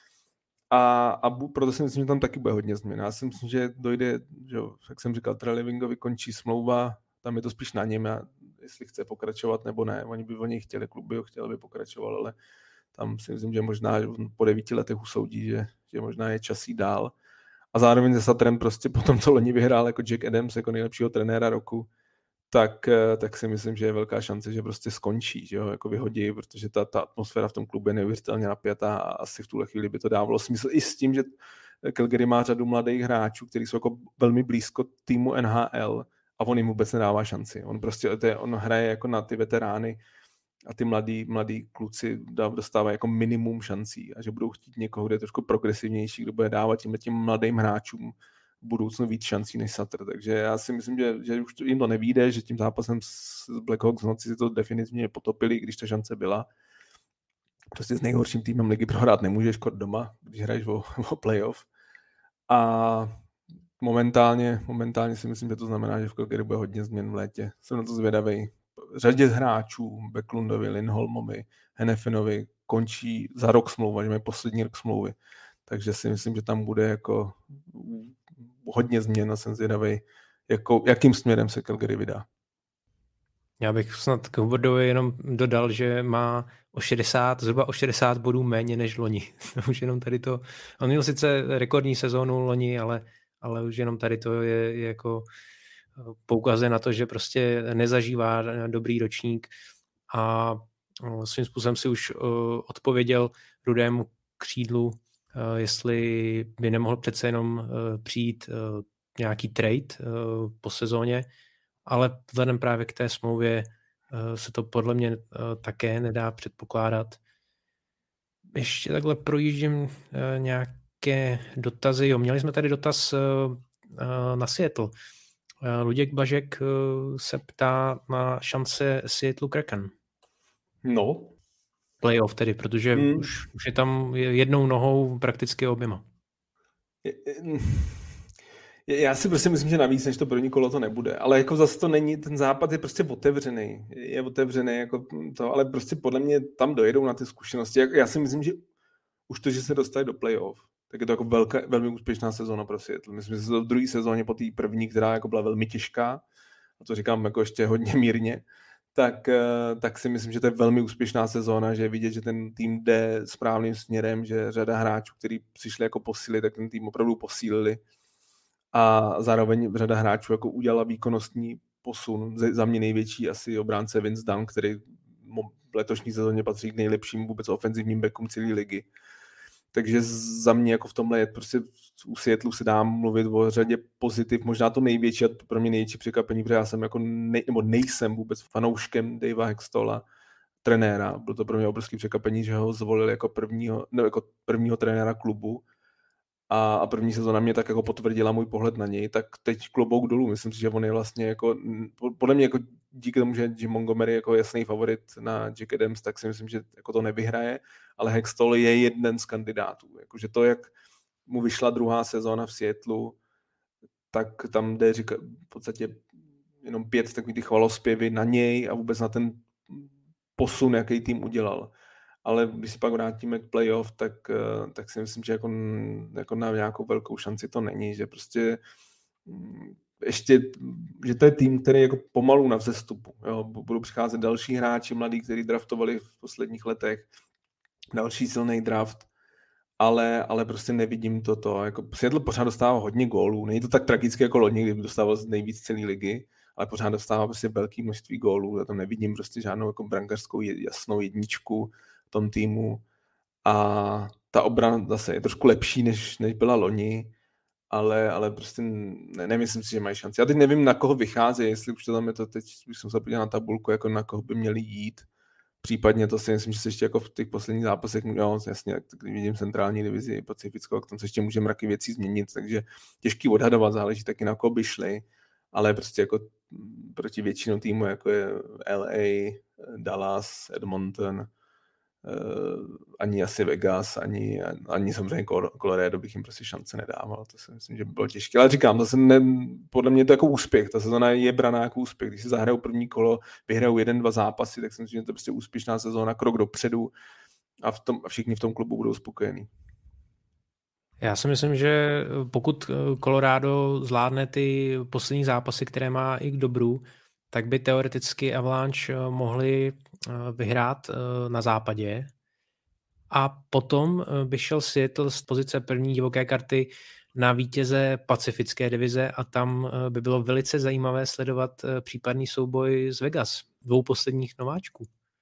A, a bu, proto si myslím, že tam taky bude hodně změn. Já si myslím, že dojde, že, jak jsem říkal, Trelivingovi končí smlouva, tam je to spíš na něm, a jestli chce pokračovat nebo ne. Oni by o něj chtěli, klub by ho chtěl, aby pokračoval, ale tam si myslím, že možná po devíti letech usoudí, že, že možná je čas jít dál. A zároveň se Satrem prostě po tom, co loni vyhrál jako Jack Adams, jako nejlepšího trenéra roku, tak, tak si myslím, že je velká šance, že prostě skončí, že ho jako vyhodí, protože ta, ta atmosféra v tom klubu je neuvěřitelně napjatá a asi v tuhle chvíli by to dávalo smysl i s tím, že Calgary má řadu mladých hráčů, kteří jsou jako velmi blízko týmu N H L a on jim vůbec nedává šanci. On prostě to je, on hraje jako na ty veterány a ty mladí, mladí kluci dostávají jako minimum šancí a že budou chtít někoho, kdo je trošku progresivnější, kdo bude dávat tím, tím mladým hráčům v budoucnu víc šancí než Sutter. Takže já si myslím, že, že už jim to nevyjde, že tím zápasem s Blackhawks v noci si to definitivně potopili, když ta šance byla. Prostě s nejhorším týmem ligy prohrát nemůžeš kort doma, když hraješ o, o playoff. A momentálně, momentálně si myslím, že to znamená, že v Calgary bude hodně změn v létě. Jsem na to zvědavej. Řadě hráčů, Backlundovi, Lindholmovi, Hennefinovi končí za rok smlouva, že mají poslední rok smlouvy. Takže si myslím, že tam bude jako hodně změn a jsem zvědavej, jako, jakým směrem se Calgary vydá. Já bych snad k Huberdeauvi jenom dodal, že má o šedesát, zhruba o šedesát bodů méně než loni. Už jenom tady to, on měl sice rekordní sezónu loni, ale, ale už jenom tady to je, je jako poukazuje na to, že prostě nezažívá dobrý ročník a svým způsobem si už odpověděl rudému křídlu, jestli by nemohl přece jenom přijít nějaký trade po sezóně, ale vzhledem právě k té smlouvě se to podle mě také nedá předpokládat. Ještě takhle projíždím nějaké dotazy. Jo, měli jsme tady dotaz na Seattle. Luděk Blažek se ptá na šance Seattle Kraken. No. Playoff tedy, protože hmm. už, už je tam jednou nohou prakticky oběma. Já si prostě myslím, že navíc, než to první kolo to nebude. Ale jako zase to není, ten západ je prostě otevřený. Je otevřený, jako to, ale prostě podle mě tam dojedou na ty zkušenosti. Já si myslím, že už to, že se dostali do playoff, tak je to jako velká, velmi úspěšná sezóna pro Seattle. Myslím, že se to v druhé sezóně po té první, která jako byla velmi těžká, a to říkám jako ještě hodně mírně, tak, tak si myslím, že to je velmi úspěšná sezóna, že je vidět, že ten tým jde správným směrem, že řada hráčů, kteří přišli jako posílit, tak ten tým opravdu posílili. A zároveň řada hráčů jako udělala výkonnostní posun. Za mě největší asi obránce Vince Dunn, který v letošní sezóně patří k nejlepším vůbec ofenzivním backům celé ligy. Takže za mě jako v tomhle je prostě u Seattleu se dá mluvit o řadě pozitiv, možná to největší a pro mě největší překvapení, protože já jsem jako nej, nebo nejsem vůbec fanouškem Davea Hextalla, trenéra. Bylo to pro mě obrovské překvapení, že ho zvolili jako prvního, nebo jako prvního trenéra klubu a, a první sezóna mě tak jako potvrdila můj pohled na něj, tak teď klobouk dolů. Myslím si, že on je vlastně jako, podle mě jako díky tomu, že Jim Montgomery jako jasný favorit na Jack Adams, tak si myslím, že jako to nevyhraje, ale Hextall je jeden z kandidátů. Jakože to, jak mu vyšla druhá sezóna v Seattlu, tak tam jde říkat, v podstatě jenom pět takových ty chvalospěvy na něj a vůbec na ten posun, jaký tým udělal. Ale když si pak vrátíme k playoff, tak, tak si myslím, že jako, jako na nějakou velkou šanci to není, že prostě ještě, že to je tým, který je jako pomalu na vzestupu. Jo. Budou přicházet další hráči mladí, kteří draftovali v posledních letech, další silný draft, ale, ale prostě nevidím toto. Jako Seattle pořád dostává hodně gólů, není to tak tragické jako loni, kdy dostával nejvíc celé ligy, ale pořád dostává prostě velké množství gólů. Já tam nevidím prostě žádnou jako brankářskou jasnou jedničku v tom týmu a ta obrana zase je trošku lepší, než, než byla loni, ale, ale prostě ne, nemyslím si, že mají šanci. Já teď nevím, na koho vychází, jestli už to tam je to teď, už jsem se podíval na tabulku, jako na koho by měli jít. Případně to si myslím, že se ještě jako v těch posledních zápasech, jo, jasně, když vidím centrální divizi Pacifickou, tak tam se ještě může mraky věcí změnit, takže těžký odhadovat, záleží taky na koho by šli, ale prostě jako proti většinu týmu, jako je L A, Dallas, Edmonton, ani asi Vegas, ani, ani samozřejmě Colorado bych jim prostě šance nedával, to si myslím, že by bylo těžké, ale říkám, zase ne, podle mě je to jako úspěch, ta sezóna je braná jako úspěch, když si zahrajou první kolo, vyhrajou jeden, dva zápasy, tak si myslím, že to je prostě úspěšná sezóna, krok dopředu a, v tom, a všichni v tom klubu budou spokojení. Já si myslím, že pokud Colorado zvládne ty poslední zápasy, které má i k dobru, tak by teoreticky Avalanche mohli vyhrát na západě a potom by šel Seattle z pozice první divoké karty na vítěze pacifické divize a tam by bylo velice zajímavé sledovat případný souboj z Vegas, dvou posledních nováčků.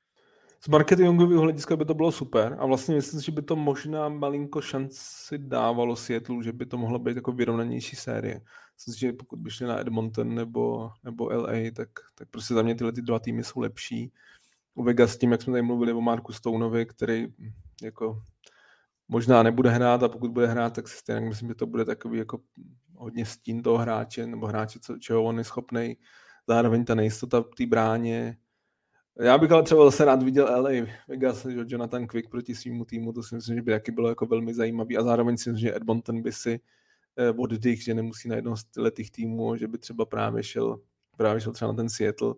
Z marketingového hlediska by to bylo super a vlastně myslím, že by to možná malinko šanci dávalo Seattle, že by to mohla být jako vyrovnanější série. Myslím, že pokud by šli na Edmonton nebo, nebo L A, tak, tak prostě za mě tyhle ty dva týmy jsou lepší. U Vegas s tím, jak jsme tady mluvili o Marku Stoneovi, který jako možná nebude hrát a pokud bude hrát, tak si stejně myslím, že to bude takový jako hodně stín toho hráče nebo hráče, co, čeho on je schopnej. Zároveň ta nejistota v té bráně. Já bych ale třeba zase rád viděl L A Vegas, že Jonathan Quick proti svýmu týmu, to si myslím, že by taky bylo jako velmi zajímavý a zároveň si myslím, že Edmonton by si oddych, že nemusí na jedno z těch týmů, že by třeba právě šel, právě šel třeba na ten Seattle.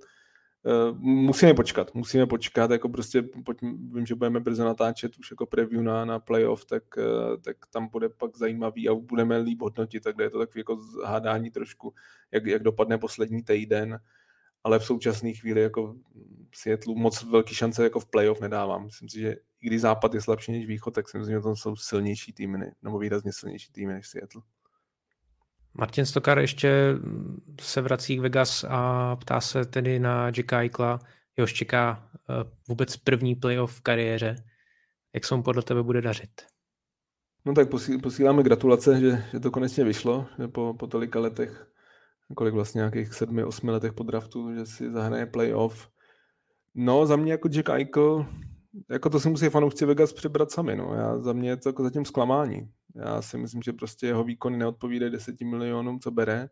Musíme počkat, musíme počkat, jako prostě pojď, vím, že budeme brzo natáčet už jako preview na, na playoff, tak, tak tam bude pak zajímavý a budeme líp hodnotit, tak je to takový jako hádání trošku, jak, jak dopadne poslední týden, ale v současné chvíli jako Seattle moc velký šance jako v playoff nedávám. Myslím si, že i když západ je slabší než východ, tak si myslím, že tam jsou silnější týmy, nebo výrazně silnější týmy než Seattle. Martin Stokar ještě se vrací k Vegas a ptá se tedy na Jacka Eichla, jehož čeká vůbec první playoff v kariéře. Jak se mu podle tebe bude dařit? No tak posíláme gratulace, že, že to konečně vyšlo, že po, po tolika letech, kolik vlastně nějakých sedmi, osmi letech po draftu, že si zahraje playoff. No za mě jako Jack Eichel, jako to si musí fanoušci Vegas přebrat sami, no. Já, za mě je to jako zatím zklamání. Já si myslím, že prostě jeho výkony neodpovídají deseti milionům, co bere.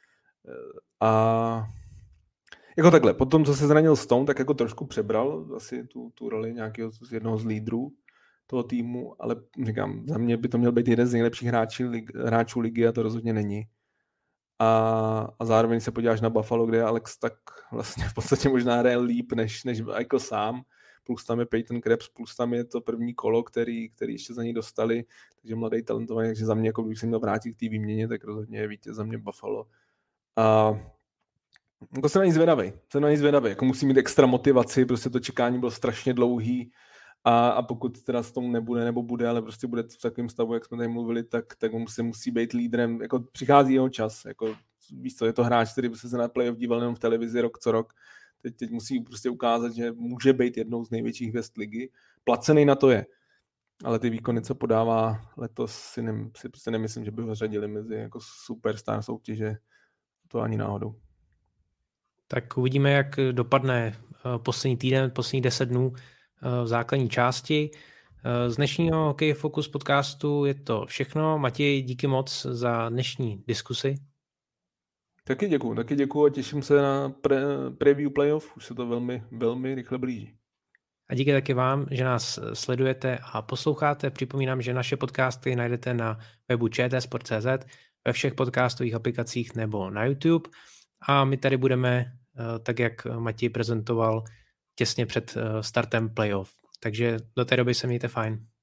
A jako takhle, potom, co se zranil Stone, tak jako trošku přebral asi tu, tu roli nějakého z jednoho z lídrů toho týmu, ale říkám, za mě by to měl být jeden z nejlepších hráčů, hráčů ligy a to rozhodně není. A, a zároveň se podíváš na Buffalo, kde je Alex, tak vlastně v podstatě možná hraje líp než, než Eichel sám. Plus tam je Peyton Krebs, plus tam je to první kolo, který, který ještě za ní dostali, takže mladý talentovaný, takže za mě, jako bych se měl vrátit k té výměně, tak rozhodně je vítěz za mě Buffalo. A jako jsem na ní zvědavej, jsem na ní zvědavej, jako musí mít extra motivaci, prostě to čekání bylo strašně dlouhý a, a pokud teda s tom nebude nebo bude, ale prostě bude v takovém stavu, jak jsme tady mluvili, tak, tak on se musí být lídrem, jako přichází jeho čas, jako víš co, je to hráč, který by se na playoff díval jenom v televizi rok co rok. Teď, teď musí prostě ukázat, že může být jednou z největších hvězd ligy. Placený na to je. Ale ty výkony, co podává letos, si, ne, si prostě nemyslím, že by ho řadili mezi jako superstar soutěže. To ani náhodou. Tak uvidíme, jak dopadne poslední týden, poslední deset dnů v základní části. Z dnešního Hokej Focus podcastu je to všechno. Matěj, díky moc za dnešní diskusi. Taky děkuju, taky děkuju a těším se na pre, preview playoff. Už se to velmi, velmi rychle blíží. A díky taky vám, že nás sledujete a posloucháte. Připomínám, že naše podcasty najdete na webu č t sport tečka c z, ve všech podcastových aplikacích nebo na YouTube. A my tady budeme, tak jak Matěj prezentoval, těsně před startem playoff. Takže do té doby se mějte fajn.